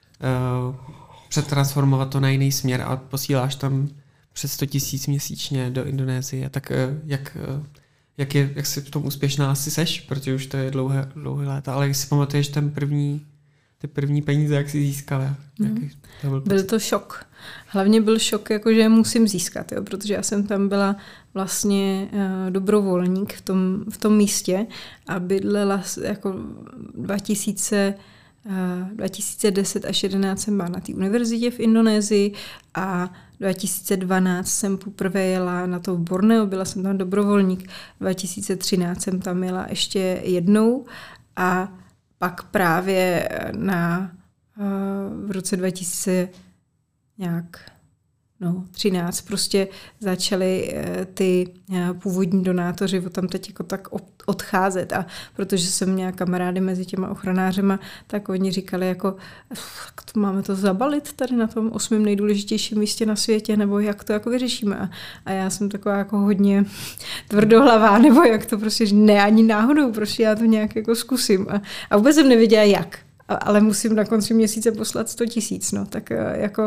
přetransformovat to na jiný směr a posíláš tam přes 100 000 měsíčně do Indonésie. Tak jak jsi v tom úspěšná asi seš, protože už to je dlouhé léta, ale jak si pamatuješ ty první peníze, jak jsi získala? Byl to šok. Hlavně byl šok, jako, že musím získat, jo, protože já jsem tam byla vlastně dobrovolník v tom místě a bydlela jako 2000 2010 až 2011 jsem byla na té univerzitě v Indonésii a 2012 jsem poprvé jela na to v Borneo, byla jsem tam dobrovolník, 2013 jsem tam jela ještě jednou a pak právě v roce 2013 prostě začali ty původní donátoři tam teď jako tak odcházet a protože jsem měla kamarády mezi těma ochranářema, tak oni říkali jako máme to zabalit tady na tom 8. nejdůležitějším místě na světě, nebo jak to jako vyřešíme. A já jsem taková jako hodně tvrdohlavá, nebo jak to prostě, ne ani náhodou, prostě já to nějak jako zkusím. A vůbec jsem nevěděla jak, ale musím na konci měsíce poslat 100 000, no, tak jako...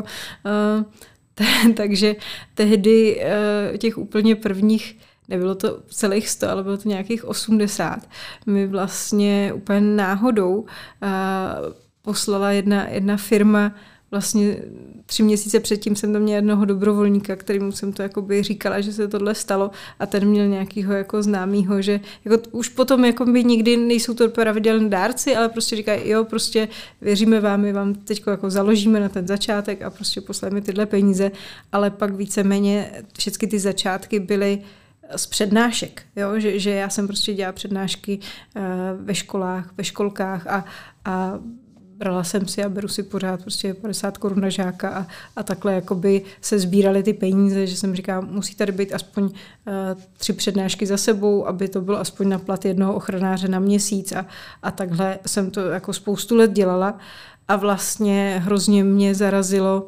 Takže tehdy těch úplně prvních, nebylo to celých 100, ale bylo to nějakých 80, mi vlastně úplně náhodou poslala jedna firma, vlastně 3 měsíce předtím jsem tam měla jednoho dobrovolníka, kterému jsem to jakoby říkala, že se tohle stalo a ten měl nějakýho jako známýho, že jako už potom jakoby nikdy nejsou to pravidelní dárci, ale prostě říkají, jo, prostě věříme vám, my vám teď jako založíme na ten začátek a prostě posláme tyhle peníze, ale pak víceméně všechny ty začátky byly z přednášek, jo? Že já jsem prostě dělala přednášky ve školách, ve školkách a brala jsem si a beru si pořád prostě 50 korun na žáka a takhle jakoby se sbíraly ty peníze, že jsem říkala, musí tady být aspoň 3 přednášky za sebou, aby to bylo aspoň na plat jednoho ochranáře na měsíc a takhle jsem to jako spoustu let dělala a vlastně hrozně mě zarazilo,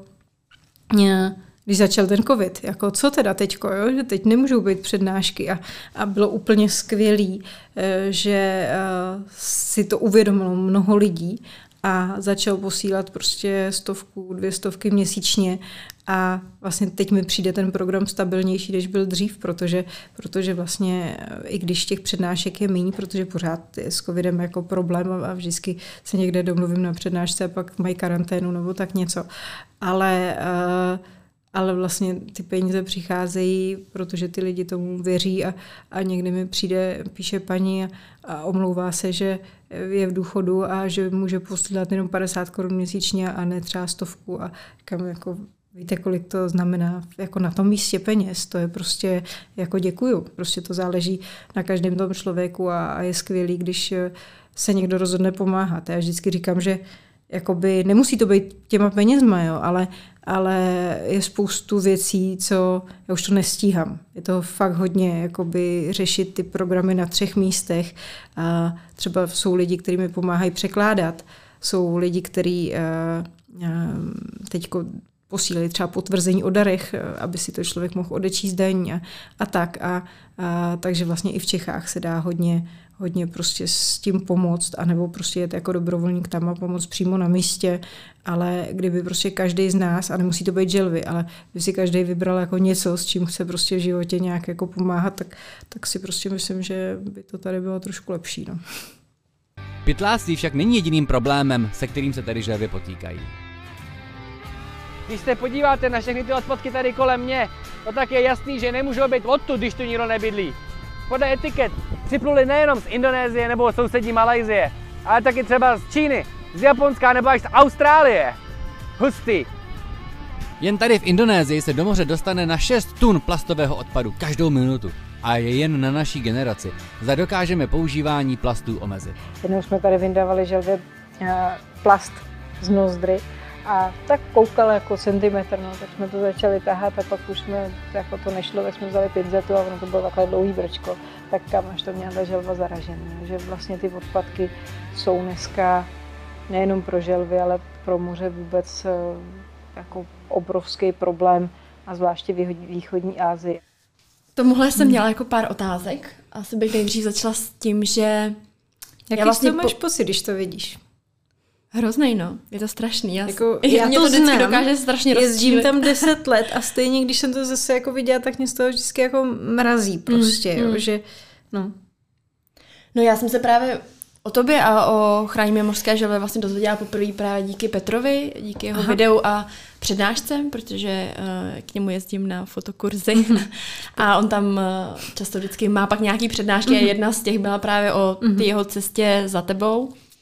když začal ten covid, jako co teda teďko, jo? Že teď nemůžou být přednášky a bylo úplně skvělý, že si to uvědomilo mnoho lidí a začal posílat prostě 100, 200 měsíčně a vlastně teď mi přijde ten program stabilnější, než byl dřív, protože vlastně i když těch přednášek je méně, protože pořád je s covidem jako problém a vždycky se někde domluvím na přednášce a pak mají karanténu nebo tak něco, ale vlastně ty peníze přicházejí, protože ty lidi tomu věří a někdy mi píše paní a omlouvá se, že je v důchodu a že může posílat jenom 50 korun měsíčně a ne třeba 100 a říkám, jako víte, kolik to znamená jako na tom místě peněz, to je prostě jako děkuju, prostě to záleží na každém tom člověku a je skvělý, když se někdo rozhodne pomáhat. Já vždycky říkám, že jakoby nemusí to být těma penězma, jo, ale je spoustu věcí, co já už to nestíhám. Je to fakt hodně jakoby řešit ty programy na 3 místech. A třeba jsou lidi, kteří mi pomáhají překládat. Jsou lidi, kteří teďko posílají třeba potvrzení o darech, aby si to člověk mohl odečíst daň a tak. Takže vlastně i v Čechách se dá hodně prostě s tím pomoct, anebo prostě jet jako dobrovolník tam a pomoct přímo na místě, ale kdyby prostě každý z nás, a nemusí to být želvy, ale kdyby si každý vybral jako něco, s čím chce prostě v životě nějak jako pomáhat, tak si prostě myslím, že by to tady bylo trošku lepší. No. Pytláctví však není jediným problémem, se kterým se tady želvy potýkají. Když se podíváte na všechny ty odpadky tady kolem mě, no tak je jasný, že nemůžou být odtud, když tu nikdo nebydlí. Podle etiket připluli nejenom z Indonésie nebo sousední Malajsie, ale taky třeba z Číny, z Japonska nebo až z Austrálie. Hustý. Jen tady v Indonésii se do moře dostane na 6 tun plastového odpadu každou minutu. A je jen na naší generaci, zda dokážeme používání plastů omezit. Jednou jsme tady vyndávali želvě plast z nozdry a tak koukal jako centimetr, no, tak jsme to začali tahat a pak už jsme, jako to nešlo, tak jsme vzali pinzetu a ono to bylo takhle dlouhý brčko, tak kam až to měla ta želva zaražený. Že vlastně ty odpadky jsou dneska nejenom pro želvy, ale pro moře vůbec jako obrovský problém a zvláště v východní Asii. Tomuhle jsem měla jako pár otázek. Asi bych nejdřív začala s tím, že... Jaký vlastně máš pocit, když to vidíš? Hroznej, no. Je to strašný. Já mě to vždycky dokáže strašně rozčílit. Jezdím tam 10 let a stejně, když jsem to zase jako viděla, tak mě z toho vždycky jako mrazí prostě, jo, že no. No já jsem se právě o tobě a o Chráníme mořské želvy vlastně dozvěděla poprvé právě díky Petrovi, díky jeho videu a přednášce, protože k němu jezdím na fotokurzy a on tam často vždycky má pak nějaký přednášky a jedna z těch byla právě o té jeho cestě za tebou.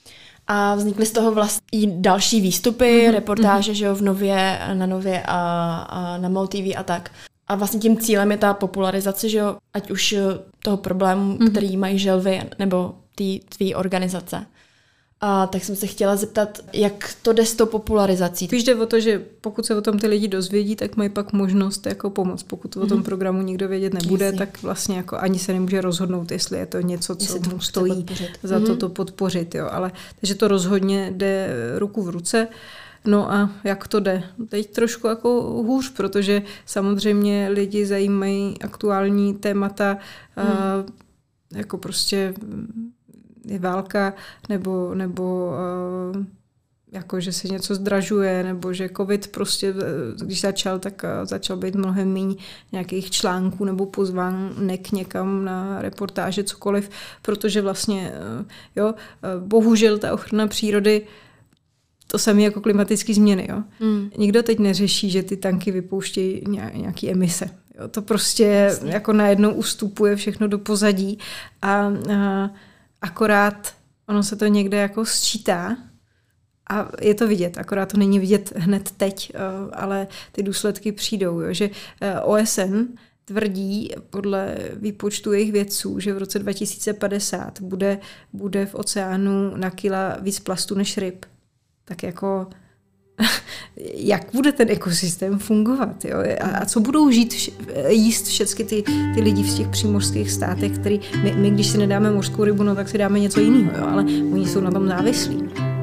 A vznikly z toho vlastně i další výstupy, reportáže, že jo, v Nově, na Nově a na MOL TV a tak. A vlastně tím cílem je ta popularizace, že jo, ať už toho problému, který mají želvy, nebo tvý organizace. A tak jsem se chtěla zeptat, jak to jde s tou popularizací. Spíš jde o to, že pokud se o tom ty lidi dozvědí, tak mají pak možnost jako pomoct. Pokud o tom programu nikdo vědět nebude, tak vlastně jako ani se nemůže rozhodnout, jestli je to něco, co mu stojí za to podpořit. Jo. Ale, takže to rozhodně jde ruku v ruce. No a jak to jde? Teď trošku jako hůř, protože samozřejmě lidi zajímají aktuální témata, jako prostě je válka, nebo jako, že se něco zdražuje, nebo že covid prostě, když začal, tak začal být mnohem méně nějakých článků nebo pozvánek někam na reportáže, cokoliv, protože vlastně, jo, bohužel ta ochrana přírody, to samé jako klimatické změny. Jo. Nikdo teď neřeší, že ty tanky vypouštějí nějaké emise. Jo. To prostě jako najednou ustupuje všechno do pozadí a akorát ono se to někde jako sčítá a je to vidět, akorát to není vidět hned teď, ale ty důsledky přijdou. Jo. Že OSN tvrdí podle výpočtu jejich vědců, že v roce 2050 bude v oceánu na kila víc plastu než ryb. Tak jako jak bude ten ekosystém fungovat? Jo? A co budou jíst všechny ty lidi v těch přímořských státech, který my, když si nedáme mořskou rybu, no tak si dáme něco jiného, jo? Ale oni jsou na tom závislí.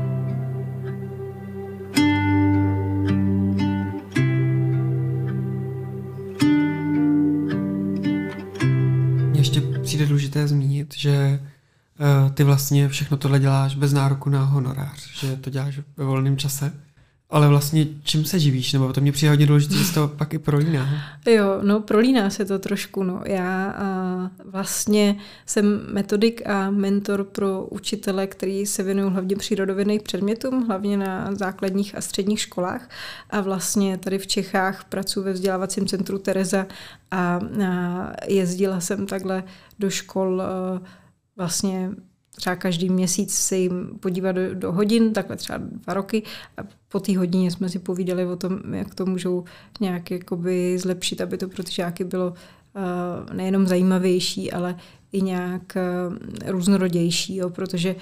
Mně ještě přijde důležité zmínit, že ty vlastně všechno tohle děláš bez nároku na honorář, že to děláš ve volném čase. Ale vlastně čím se živíš? Nebo to mě přijde hodně důležité, že se to pak i prolíná. Jo, no prolíná se to trošku. No. Já vlastně jsem metodik a mentor pro učitele, který se věnují hlavně přírodovědným předmětům, hlavně na základních a středních školách. A vlastně tady v Čechách pracuji ve vzdělávacím centru Tereza a jezdila jsem takhle do škol vlastně třeba každý měsíc se jim podívat do hodin, takhle třeba 2 roky a po té hodině jsme si povídali o tom, jak to můžou nějak jakoby zlepšit, aby to pro ty žáky bylo nejenom zajímavější, ale i nějak různorodější, jo, protože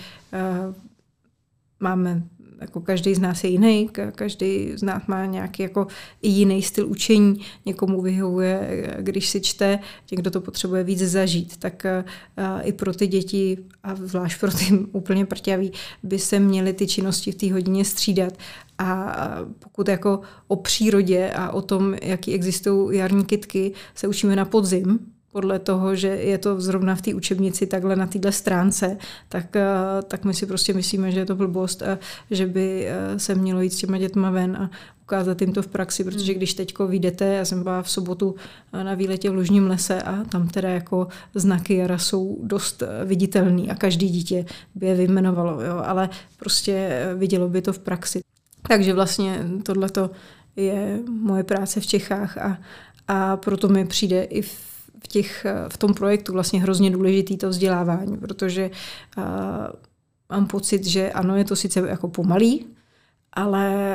máme, jako každý z nás je jiný, každý z nás má nějaký jako i jiný styl učení, někomu vyhovuje, když si čte, někdo to potřebuje víc zažít, tak i pro ty děti a zvlášť pro ty úplně prťavý by se měly ty činnosti v té hodině střídat a pokud jako o přírodě a o tom, jaký existují jarní kytky, se učíme na podzim, podle toho, že je to zrovna v té učebnici takhle na téhle stránce, tak my si prostě myslíme, že je to blbost a že by se mělo jít s těma dětma ven a ukázat jim to v praxi, protože když teďko vyjdete, já jsem byla v sobotu na výletě v Lužním lese a tam teda jako znaky jara jsou dost viditelný a každý dítě by je vyjmenovalo, jo, ale prostě vidělo by to v praxi. Takže vlastně tohleto je moje práce v Čechách a proto mi přijde i v tom projektu vlastně hrozně důležitý to vzdělávání, protože mám pocit, že ano, je to sice jako pomalý, ale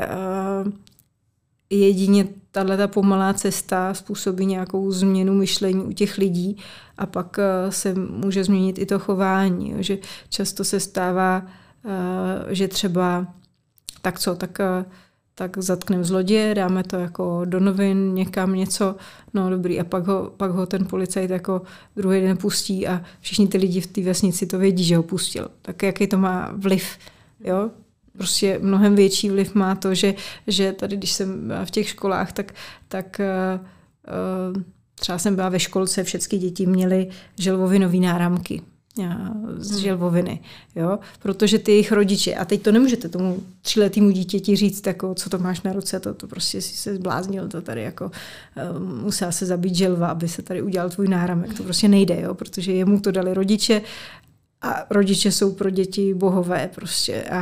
jedině tato pomalá cesta způsobí nějakou změnu myšlení u těch lidí a pak se může změnit i to chování, že často se stává, že třeba tak zatkneme zloděje, dáme to jako do novin, někam něco, no dobrý, a pak ho ten policajt jako druhý den pustí a všichni ty lidi v té vesnici to vědí, že ho pustil. Tak jaký to má vliv, jo? Prostě mnohem větší vliv má to, že tady, když jsem byla v těch školách, tak třeba jsem byla ve školce, všechny děti měly želvovinové náramky z želvoviny, jo? Protože ty jejich rodiče, a teď to nemůžete tomu 3letému dítěti říct, jako, co to máš na ruce, to prostě si se zbláznil, to tady jako musela se zabít želva, aby se tady udělal tvůj náramek, to prostě nejde, jo? Protože jemu to dali rodiče a rodiče jsou pro děti bohové prostě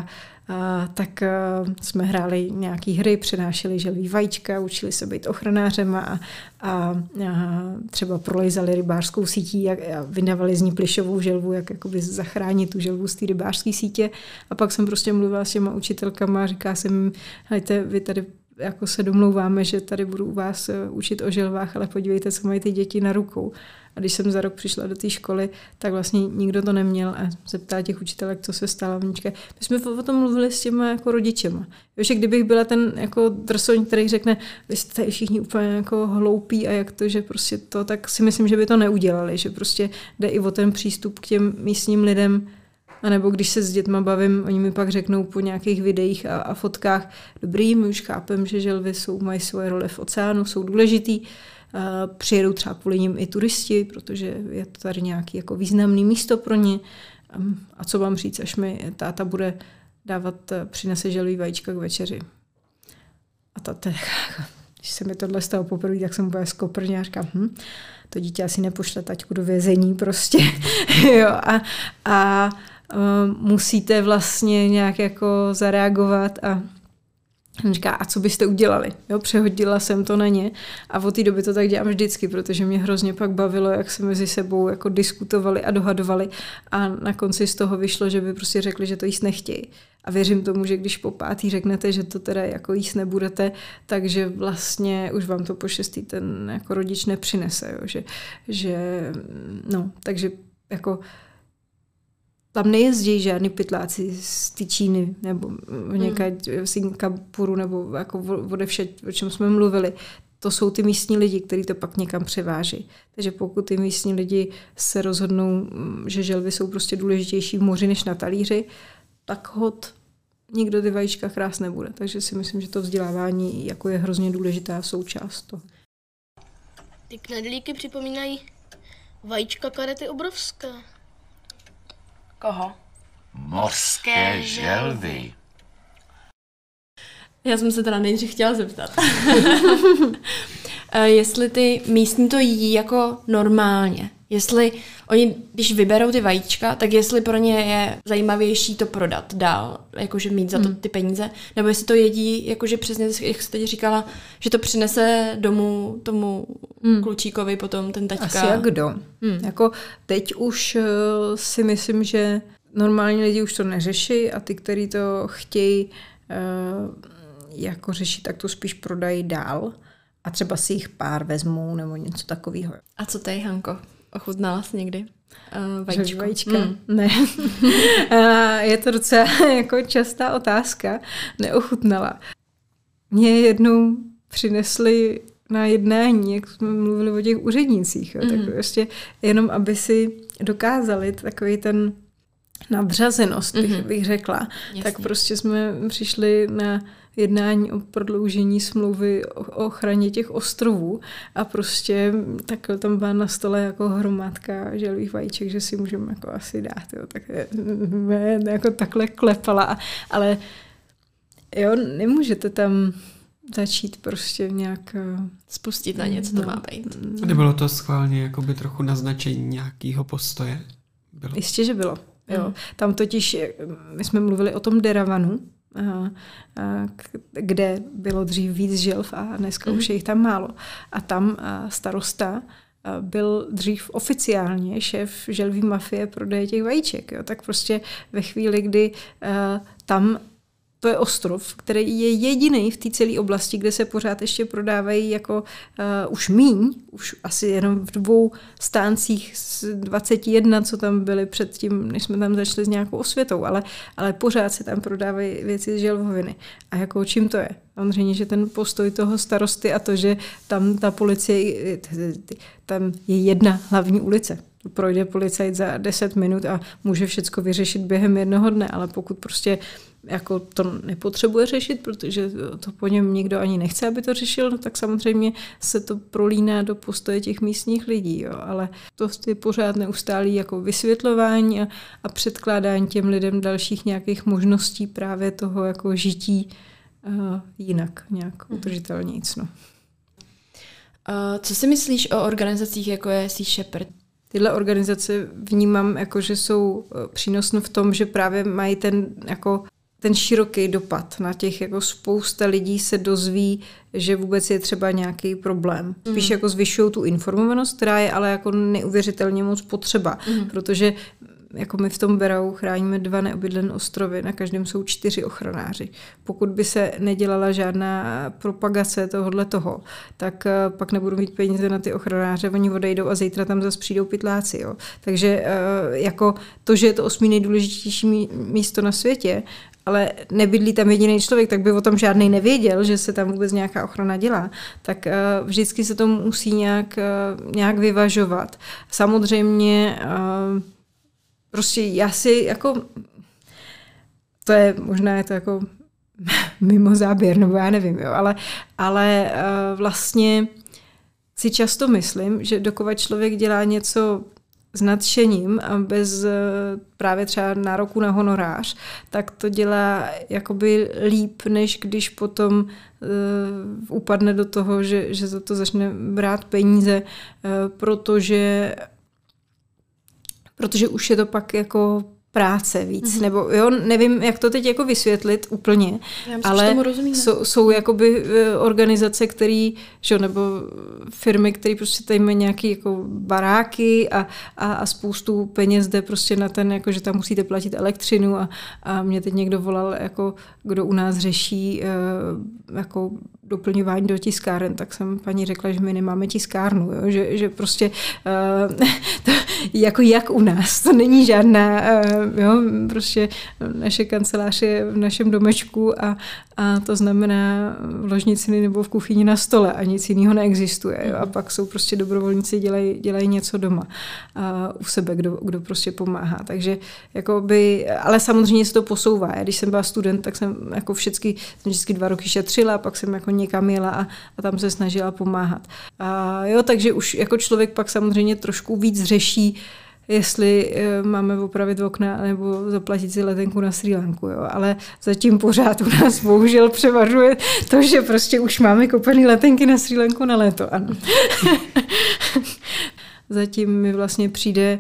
tak jsme hráli nějaký hry, přenášeli želví vajíčka, učili se být ochranářem a třeba prolejzali rybářskou sítí a vydávali z ní plyšovou želvu, jak jakoby zachránit tu želvu z té rybářské sítě. A pak jsem prostě mluvila s těma učitelkama a říká jsem, hejte, vy tady jako se domlouváme, že tady budu u vás učit o želvách, ale podívejte, co mají ty děti na rukou. A když jsem za rok přišla do té školy, tak vlastně nikdo to neměl a zeptala těch učitelek, co se stalo. My jsme o tom mluvili s těma jako rodičema. Jo, že kdybych byla ten jako drsoň, který řekne, vy jste tady všichni úplně jako hloupí a jak to, že prostě to, tak si myslím, že by to neudělali, že prostě jde i o ten přístup k těm místním lidem. A nebo když se s dětma bavím, oni mi pak řeknou po nějakých videích a fotkách, dobrý, my už chápem, že želvy mají svoje role v oceánu, jsou důležitý, přijedou třeba kvůli nim i turisti, protože je to tady nějaký jako významný místo pro ně. A co vám říct, až mi táta bude přinese želví vajíčka k večeři. A táta, když se mi tohle stalo poprvé, tak jsem úplně skoprně a říkám, to dítě asi nepošle taťku do vězení prostě. Jo, a musíte vlastně nějak jako zareagovat a říká, a co byste udělali? Jo, přehodila jsem to na ně a od té doby to tak dělám vždycky, protože mě hrozně pak bavilo, jak se mezi sebou jako diskutovali a dohadovali a na konci z toho vyšlo, že by prostě řekli, že to jíst nechtějí. A věřím tomu, že když po pátý řeknete, že to teda jako jíst nebudete, takže vlastně už vám to po šestý ten jako rodič nepřinese. Jo? Takže jako tam nejezdí žádný pytláci z té Číny nebo někde v Singapuru nebo jako odevšad, o čem jsme mluvili. To jsou ty místní lidi, kteří to pak někam převáží. Takže pokud ty místní lidi se rozhodnou, že želvy jsou prostě důležitější v moři než na talíři, tak hod nikdo ty vajíčka krást nebude. Takže si myslím, že to vzdělávání jako je hrozně důležitá součást toho. Ty knedlíky připomínají vajíčka karety obrovské. Koho? Mořské želvy. Já jsem se teda nejdřív chtěla zeptat. Jestli ty místní to jí jako normálně. Jestli oni, když vyberou ty vajíčka, tak jestli pro ně je zajímavější to prodat dál, jakože mít za to ty peníze, nebo jestli to jedí, jakože přesně, jak jsi teď říkala, že to přinese domů tomu klučíkovi potom ten taťka. Asi jak kdo. Jako teď už si myslím, že normální lidi už to neřeší a ty, kteří to chtějí jako řešit, tak to spíš prodají dál a třeba si jich pár vezmou nebo něco takového. A co tady, Hanko? Ochutnala jsi někdy vajíčka? Ne. Je to docela jako častá otázka. Neochutnala. Mě jednou přinesli na jednání, jak jsme mluvili o těch úřednících. Tak prostě jenom, aby si dokázali takový ten nadřazenost, bych řekla. Jasně. Tak prostě jsme přišli na jednání o prodloužení smlouvy o ochraně těch ostrovů a prostě takhle tam byla na stole jako hromádka želvých vajíček, že si můžeme jako asi dát. Jo. Tak jako takhle klepala, ale jo, nemůžete tam začít prostě nějak spustit na něco, to má být. Nebylo to schválně jakoby trochu naznačení nějakého postoje? Bylo. Jistě, že bylo. Jo. Tam totiž, my jsme mluvili o tom Deravanu, kde bylo dřív víc želv a dneska už je jich tam málo. A tam starosta byl dřív oficiálně šéf želví mafie prodeje těch vajíček. Jo. Tak prostě ve chvíli, kdy tam to je ostrov, který je jediný v té celé oblasti, kde se pořád ještě prodávají jako už míň, už asi jenom v 2 stáncích z 21, co tam byly předtím, než jsme tam začali s nějakou osvětou, ale pořád se tam prodávají věci z želvoviny. A jako čím to je? Samozřejmě, že ten postoj toho starosty a to, že tam ta policie, tam je jedna hlavní ulice. Projde policajt za 10 minut a může všecko vyřešit během jednoho dne, ale pokud prostě jako to nepotřebuje řešit, protože to po něm nikdo ani nechce, aby to řešil, no tak samozřejmě se to prolíná do postoje těch místních lidí. Jo. Ale to je pořád neustálý jako vysvětlování a předkládání těm lidem dalších nějakých možností právě toho jako žití jinak, nějak udržitelnějc. No. Co si myslíš o organizacích, jako je Sea Shepherd? Tyhle organizace vnímám, jako, že jsou přínosné v tom, že právě mají ten široký dopad na těch, jako spousta lidí se dozví, že vůbec je třeba nějaký problém. Spíš jako zvyšují tu informovanost, která je ale jako neuvěřitelně moc potřeba, protože jako my v tom Berau chráníme 2 neobydlené ostrovy, na každém jsou 4 ochranáři. Pokud by se nedělala žádná propagace toho, tak pak nebudou mít peníze na ty ochranáře, oni odejdou a zítra tam zase přijdou pytláci. Jo. Takže jako to, že je to 8. nejdůležitější místo na světě, ale nebydlí tam jediný člověk, tak by o tom žádnej nevěděl, že se tam vůbec nějaká ochrana dělá, tak vždycky se to musí nějak vyvažovat. Samozřejmě prostě já si jako, možná je to jako mimo záběr, nebo já nevím, jo, ale vlastně si často myslím, že dokud člověk dělá něco s nadšením a bez právě třeba nároku na honorář, tak to dělá jakoby líp, než když potom upadne do toho, že za to začne brát peníze, protože už je to pak jako práce víc, nebo jo, nevím, jak to teď jako vysvětlit úplně, ale jsou jakoby organizace, které, nebo firmy, které prostě tady mají nějaké jako baráky a spoustu peněz jde prostě na ten, jako že tam musíte platit elektřinu a mě teď někdo volal, jako kdo u nás řeší jako doplňování do tiskáren, tak jsem paní řekla, že my nemáme tiskárnu, jo? Že prostě to, jako jak u nás, to není žádná, jo, prostě naše kancelář je v našem domečku a to znamená v ložnici nebo v kuchyni na stole a nic jiného neexistuje. Jo? A pak jsou prostě dobrovolníci, dělají něco doma u sebe, kdo prostě pomáhá. Takže jakoby, ale samozřejmě se to posouvá. Když jsem byla student, tak jsem jako vždycky 2 roky šetřila, pak jsem jako někam jela a tam se snažila pomáhat. Takže už jako člověk pak samozřejmě trošku víc řeší, jestli máme opravit okna nebo zaplatit si letenku na Srí Lanku. Jo. Ale zatím pořád u nás bohužel převažuje to, že prostě už máme koupený letenky na Srí Lanku na léto. Ano. Zatím mi vlastně přijde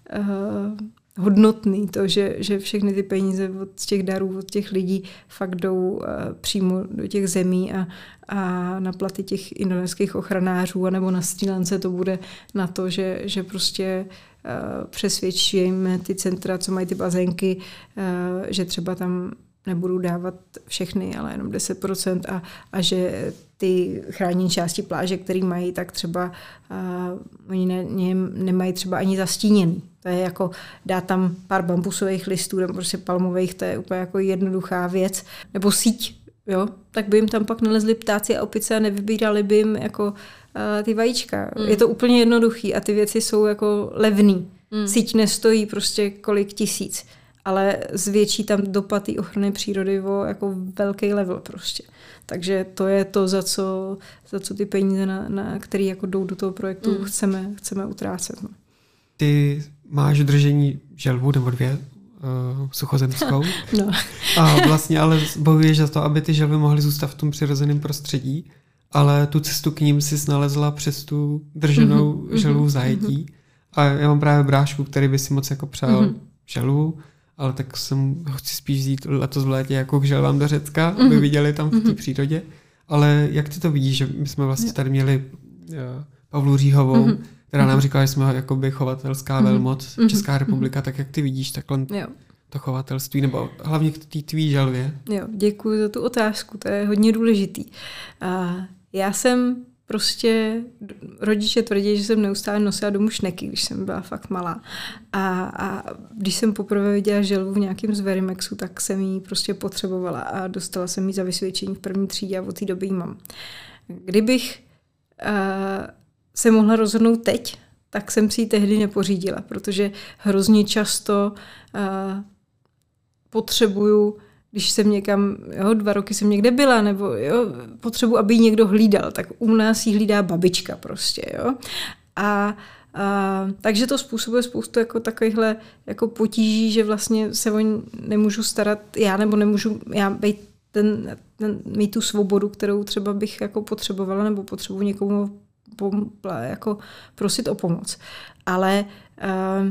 hodnotný to, že všechny ty peníze od těch darů, od těch lidí fakt jdou přímo do těch zemí a na platy těch indonéských ochranářů, anebo na Srí Lance to bude na to, že prostě přesvědčíme ty centra, co mají ty bazénky, že třeba tam nebudou dávat všechny, ale jenom 10% a že ty chráněné části pláže, které mají, tak třeba oni nemají třeba ani zastíněný. To je jako dát tam pár bambusových listů nebo prostě palmových, to je úplně jako jednoduchá věc. Nebo síť, jo? Tak by jim tam pak nalezli ptáci a opice a nevybírali by jim jako ty vajíčka. Je to úplně jednoduchý a ty věci jsou jako levný. Síť nestojí prostě kolik tisíc, ale zvětší tam dopad té ochrany přírody o jako velký level prostě. Takže to je to, za co ty peníze, na které jako jdou do toho projektu, chceme utrácet. No. Ty máš držení želvu nebo 2 suchozemskou. No. A vlastně ale bojuješ za to, aby ty želvy mohly zůstat v tom přirozeném prostředí, ale tu cestu k ním si nalezla přes tu drženou želvu v zajetí. A já mám právě brášku, který by si moc jako přál želvu, ale tak chci spíš vzít letos v létě jako k želvám do Řecka, aby viděli tam v té přírodě. Ale jak ty to vidíš, že my jsme vlastně tady měli Pavlu Říhovou, která nám říkala, že jsme jakoby chovatelská velmoc, Česká republika, tak jak ty vidíš takhle to chovatelství, nebo hlavně k té tvý želvě? Jo, děkuji za tu otázku, to je hodně důležitý. Já jsem prostě, rodiče tvrdí, že jsem neustále nosila domů šneky, když jsem byla fakt malá. A když jsem poprvé viděla želvu v nějakém z Verimexu, tak jsem ji prostě potřebovala a dostala jsem ji za vysvědčení v 1. třídě a od té doby ji mám. Kdybych se mohla rozhodnout teď, tak jsem si ji tehdy nepořídila, protože hrozně často potřebuju, když jsem někam, 2 roky jsem někde byla, nebo potřebuji, aby ji někdo hlídal, tak u nás ji hlídá babička prostě, jo. Takže to způsobuje spoustu jako takovýchhle jako potíží, že vlastně se o ní nemůžu starat já, nebo nemůžu já být mít tu svobodu, kterou třeba bych jako potřebovala, nebo potřebuji někomu jako prosit o pomoc. Ale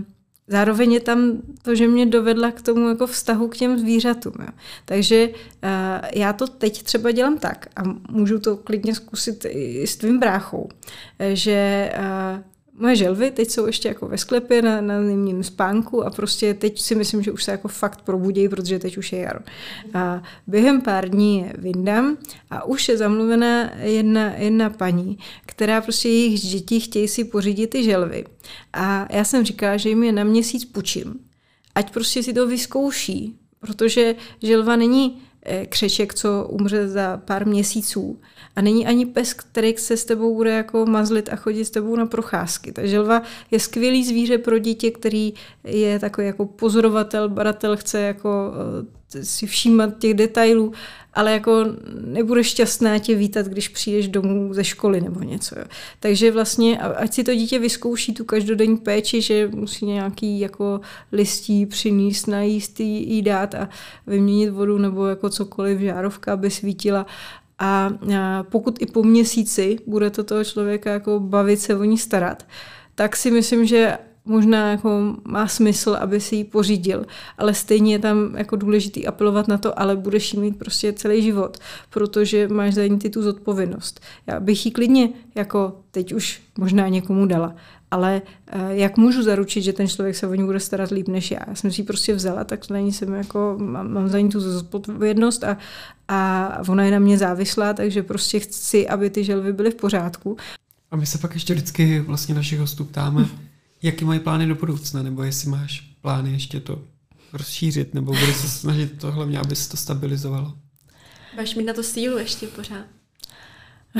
zároveň je tam to, že mě dovedla k tomu jako vztahu k těm zvířatům. Jo. Takže já to teď třeba dělám tak a můžu to klidně zkusit i s tvým bráchou, že moje želvy teď jsou ještě jako ve sklepě na zimním spánku a prostě teď si myslím, že už se jako fakt probudějí, protože teď už je jaro. A během pár dní je vyndám a už je zamluvená jedna paní, která prostě jejich děti chtějí si pořídit ty želvy. A já jsem říkala, že jim je na měsíc půjčím, ať prostě si to vyzkouší, protože želva není křeček, co umře za pár měsíců. A není ani pes, který se s tebou bude jako mazlit a chodit s tebou na procházky. Ta želva je skvělý zvíře pro dítě, který je takový jako pozorovatel, badatel, chce jako si všímat těch detailů, ale jako nebude šťastná tě vítat, když přijdeš domů ze školy nebo něco. Jo. Takže vlastně, ať si to dítě vyzkouší tu každodenní péči, že musí nějaký jako listí přinést, najíst, jí dát a vyměnit vodu nebo jako cokoliv, žárovka, aby svítila. A pokud i po měsíci bude to toho člověka jako bavit se o ní starat, tak si myslím, že možná jako má smysl, aby si ji pořídil, ale stejně je tam jako důležitý apelovat na to, ale budeš jí mít prostě celý život, protože máš za ní tu zodpovědnost. Já bych ji klidně jako teď už možná někomu dala, ale jak můžu zaručit, že ten člověk se o ní bude starat líp než já? Já jsem si ji prostě vzala, tak na ní jsem jako, mám za ní tu zodpovědnost a ona je na mě závislá, takže prostě chci, aby ty želvy byly v pořádku. A my se pak ještě vždycky vlastně našich hostů ptáme, jaký mají plány do budoucna, nebo jestli máš plány ještě to rozšířit, nebo budeš se snažit to hlavně, aby se to stabilizovalo. Budeš mít na to sílu ještě pořád. No,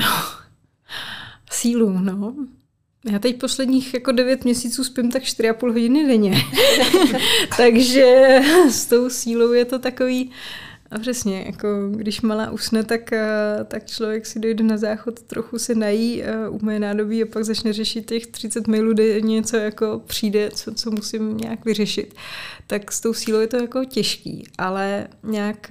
sílu, no. Já teď posledních jako 9 měsíců spím tak 4,5 hodiny denně. Takže s tou sílou je to takový. A přesně, jako když malá usne, tak člověk si dojde na záchod, trochu se nají, umyje nádobí a pak začne řešit těch 30 mailů denně, co jako přijde, co musím nějak vyřešit. Tak s tou sílou je to jako těžký, ale nějak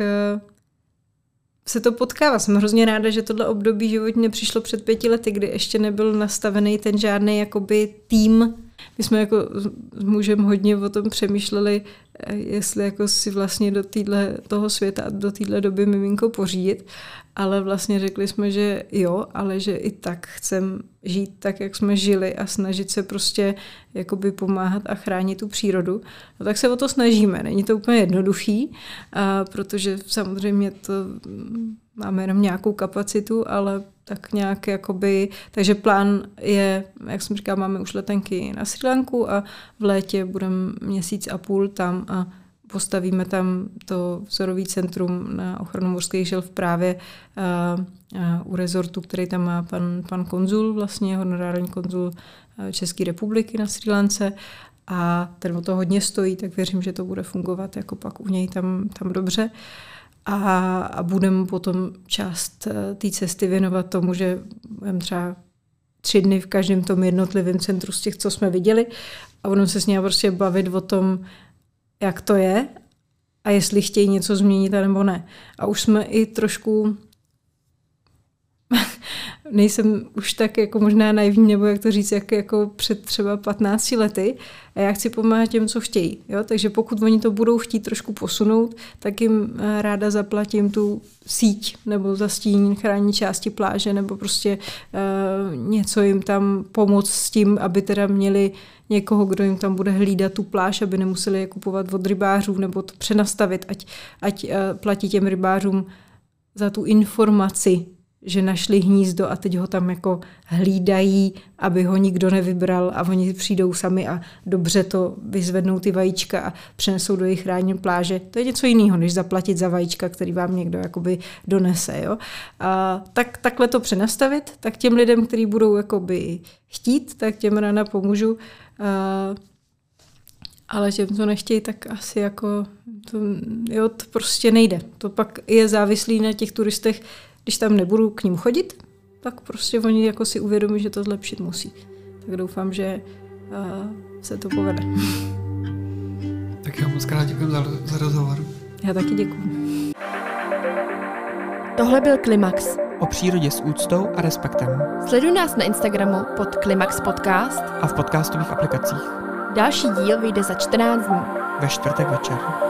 se to potkává. Jsem hrozně ráda, že tohle období životně přišlo před 5 lety, kdy ještě nebyl nastavený ten žádný jakoby tým. My jsme jako s mužem hodně o tom přemýšleli, jestli jako si vlastně do toho světa a do téhle doby miminko pořídit, ale vlastně řekli jsme, že jo, ale že i tak chceme žít tak, jak jsme žili a snažit se prostě jakoby pomáhat a chránit tu přírodu. No tak se o to snažíme. Není to úplně jednoduchý, protože samozřejmě to máme jenom nějakou kapacitu, ale tak nějak jakoby, takže plán je, jak jsem říkala, máme už letenky na Srí Lanku a v létě budeme 1,5 měsíce tam a postavíme tam to vzorový centrum na ochranu mořských želv právě u rezortu, který tam má pan konzul, vlastně honorární konzul České republiky na Srí Lance a ten o to hodně stojí, tak věřím, že to bude fungovat jako pak u něj tam dobře. A budeme potom část té cesty věnovat tomu, že budeme třeba 3 dny v každém tom jednotlivém centru z těch, co jsme viděli a budeme se s ním prostě bavit o tom, jak to je a jestli chtějí něco změnit nebo ne. A už jsme i trošku nejsem už tak jako možná naivní, nebo jak to říct, jako před třeba 15 lety a já chci pomáhat těm, co chtějí. Jo? Takže pokud oni to budou chtít trošku posunout, tak jim ráda zaplatím tu síť nebo zastínění chrání části pláže nebo prostě něco jim tam pomoct s tím, aby teda měli někoho, kdo jim tam bude hlídat tu pláž, aby nemuseli je kupovat od rybářů nebo to přenastavit, ať platí těm rybářům za tu informaci, že našli hnízdo a teď ho tam jako hlídají, aby ho nikdo nevybral a oni přijdou sami a dobře to vyzvednou ty vajíčka a přenesou do jejich chráněné pláže. To je něco jiného, než zaplatit za vajíčka, který vám někdo jakoby donese. Jo? Takhle to přenastavit, tak těm lidem, kteří budou jakoby chtít, tak těm ráda pomůžu. Ale těm, co nechtějí, tak asi jako to prostě nejde. To pak je závislý na těch turistech. Když tam nebudu k ním chodit, tak prostě oni jako si uvědomí, že to zlepšit musí. Tak doufám, že se to povede. Tak já moc krát děkuji za rozhovor. Já taky děkuji. Tohle byl Klimax. O přírodě s úctou a respektem. Sleduj nás na Instagramu pod Klimax Podcast a v podcastových aplikacích. Další díl vyjde za 14 dní. Ve čtvrtek večer.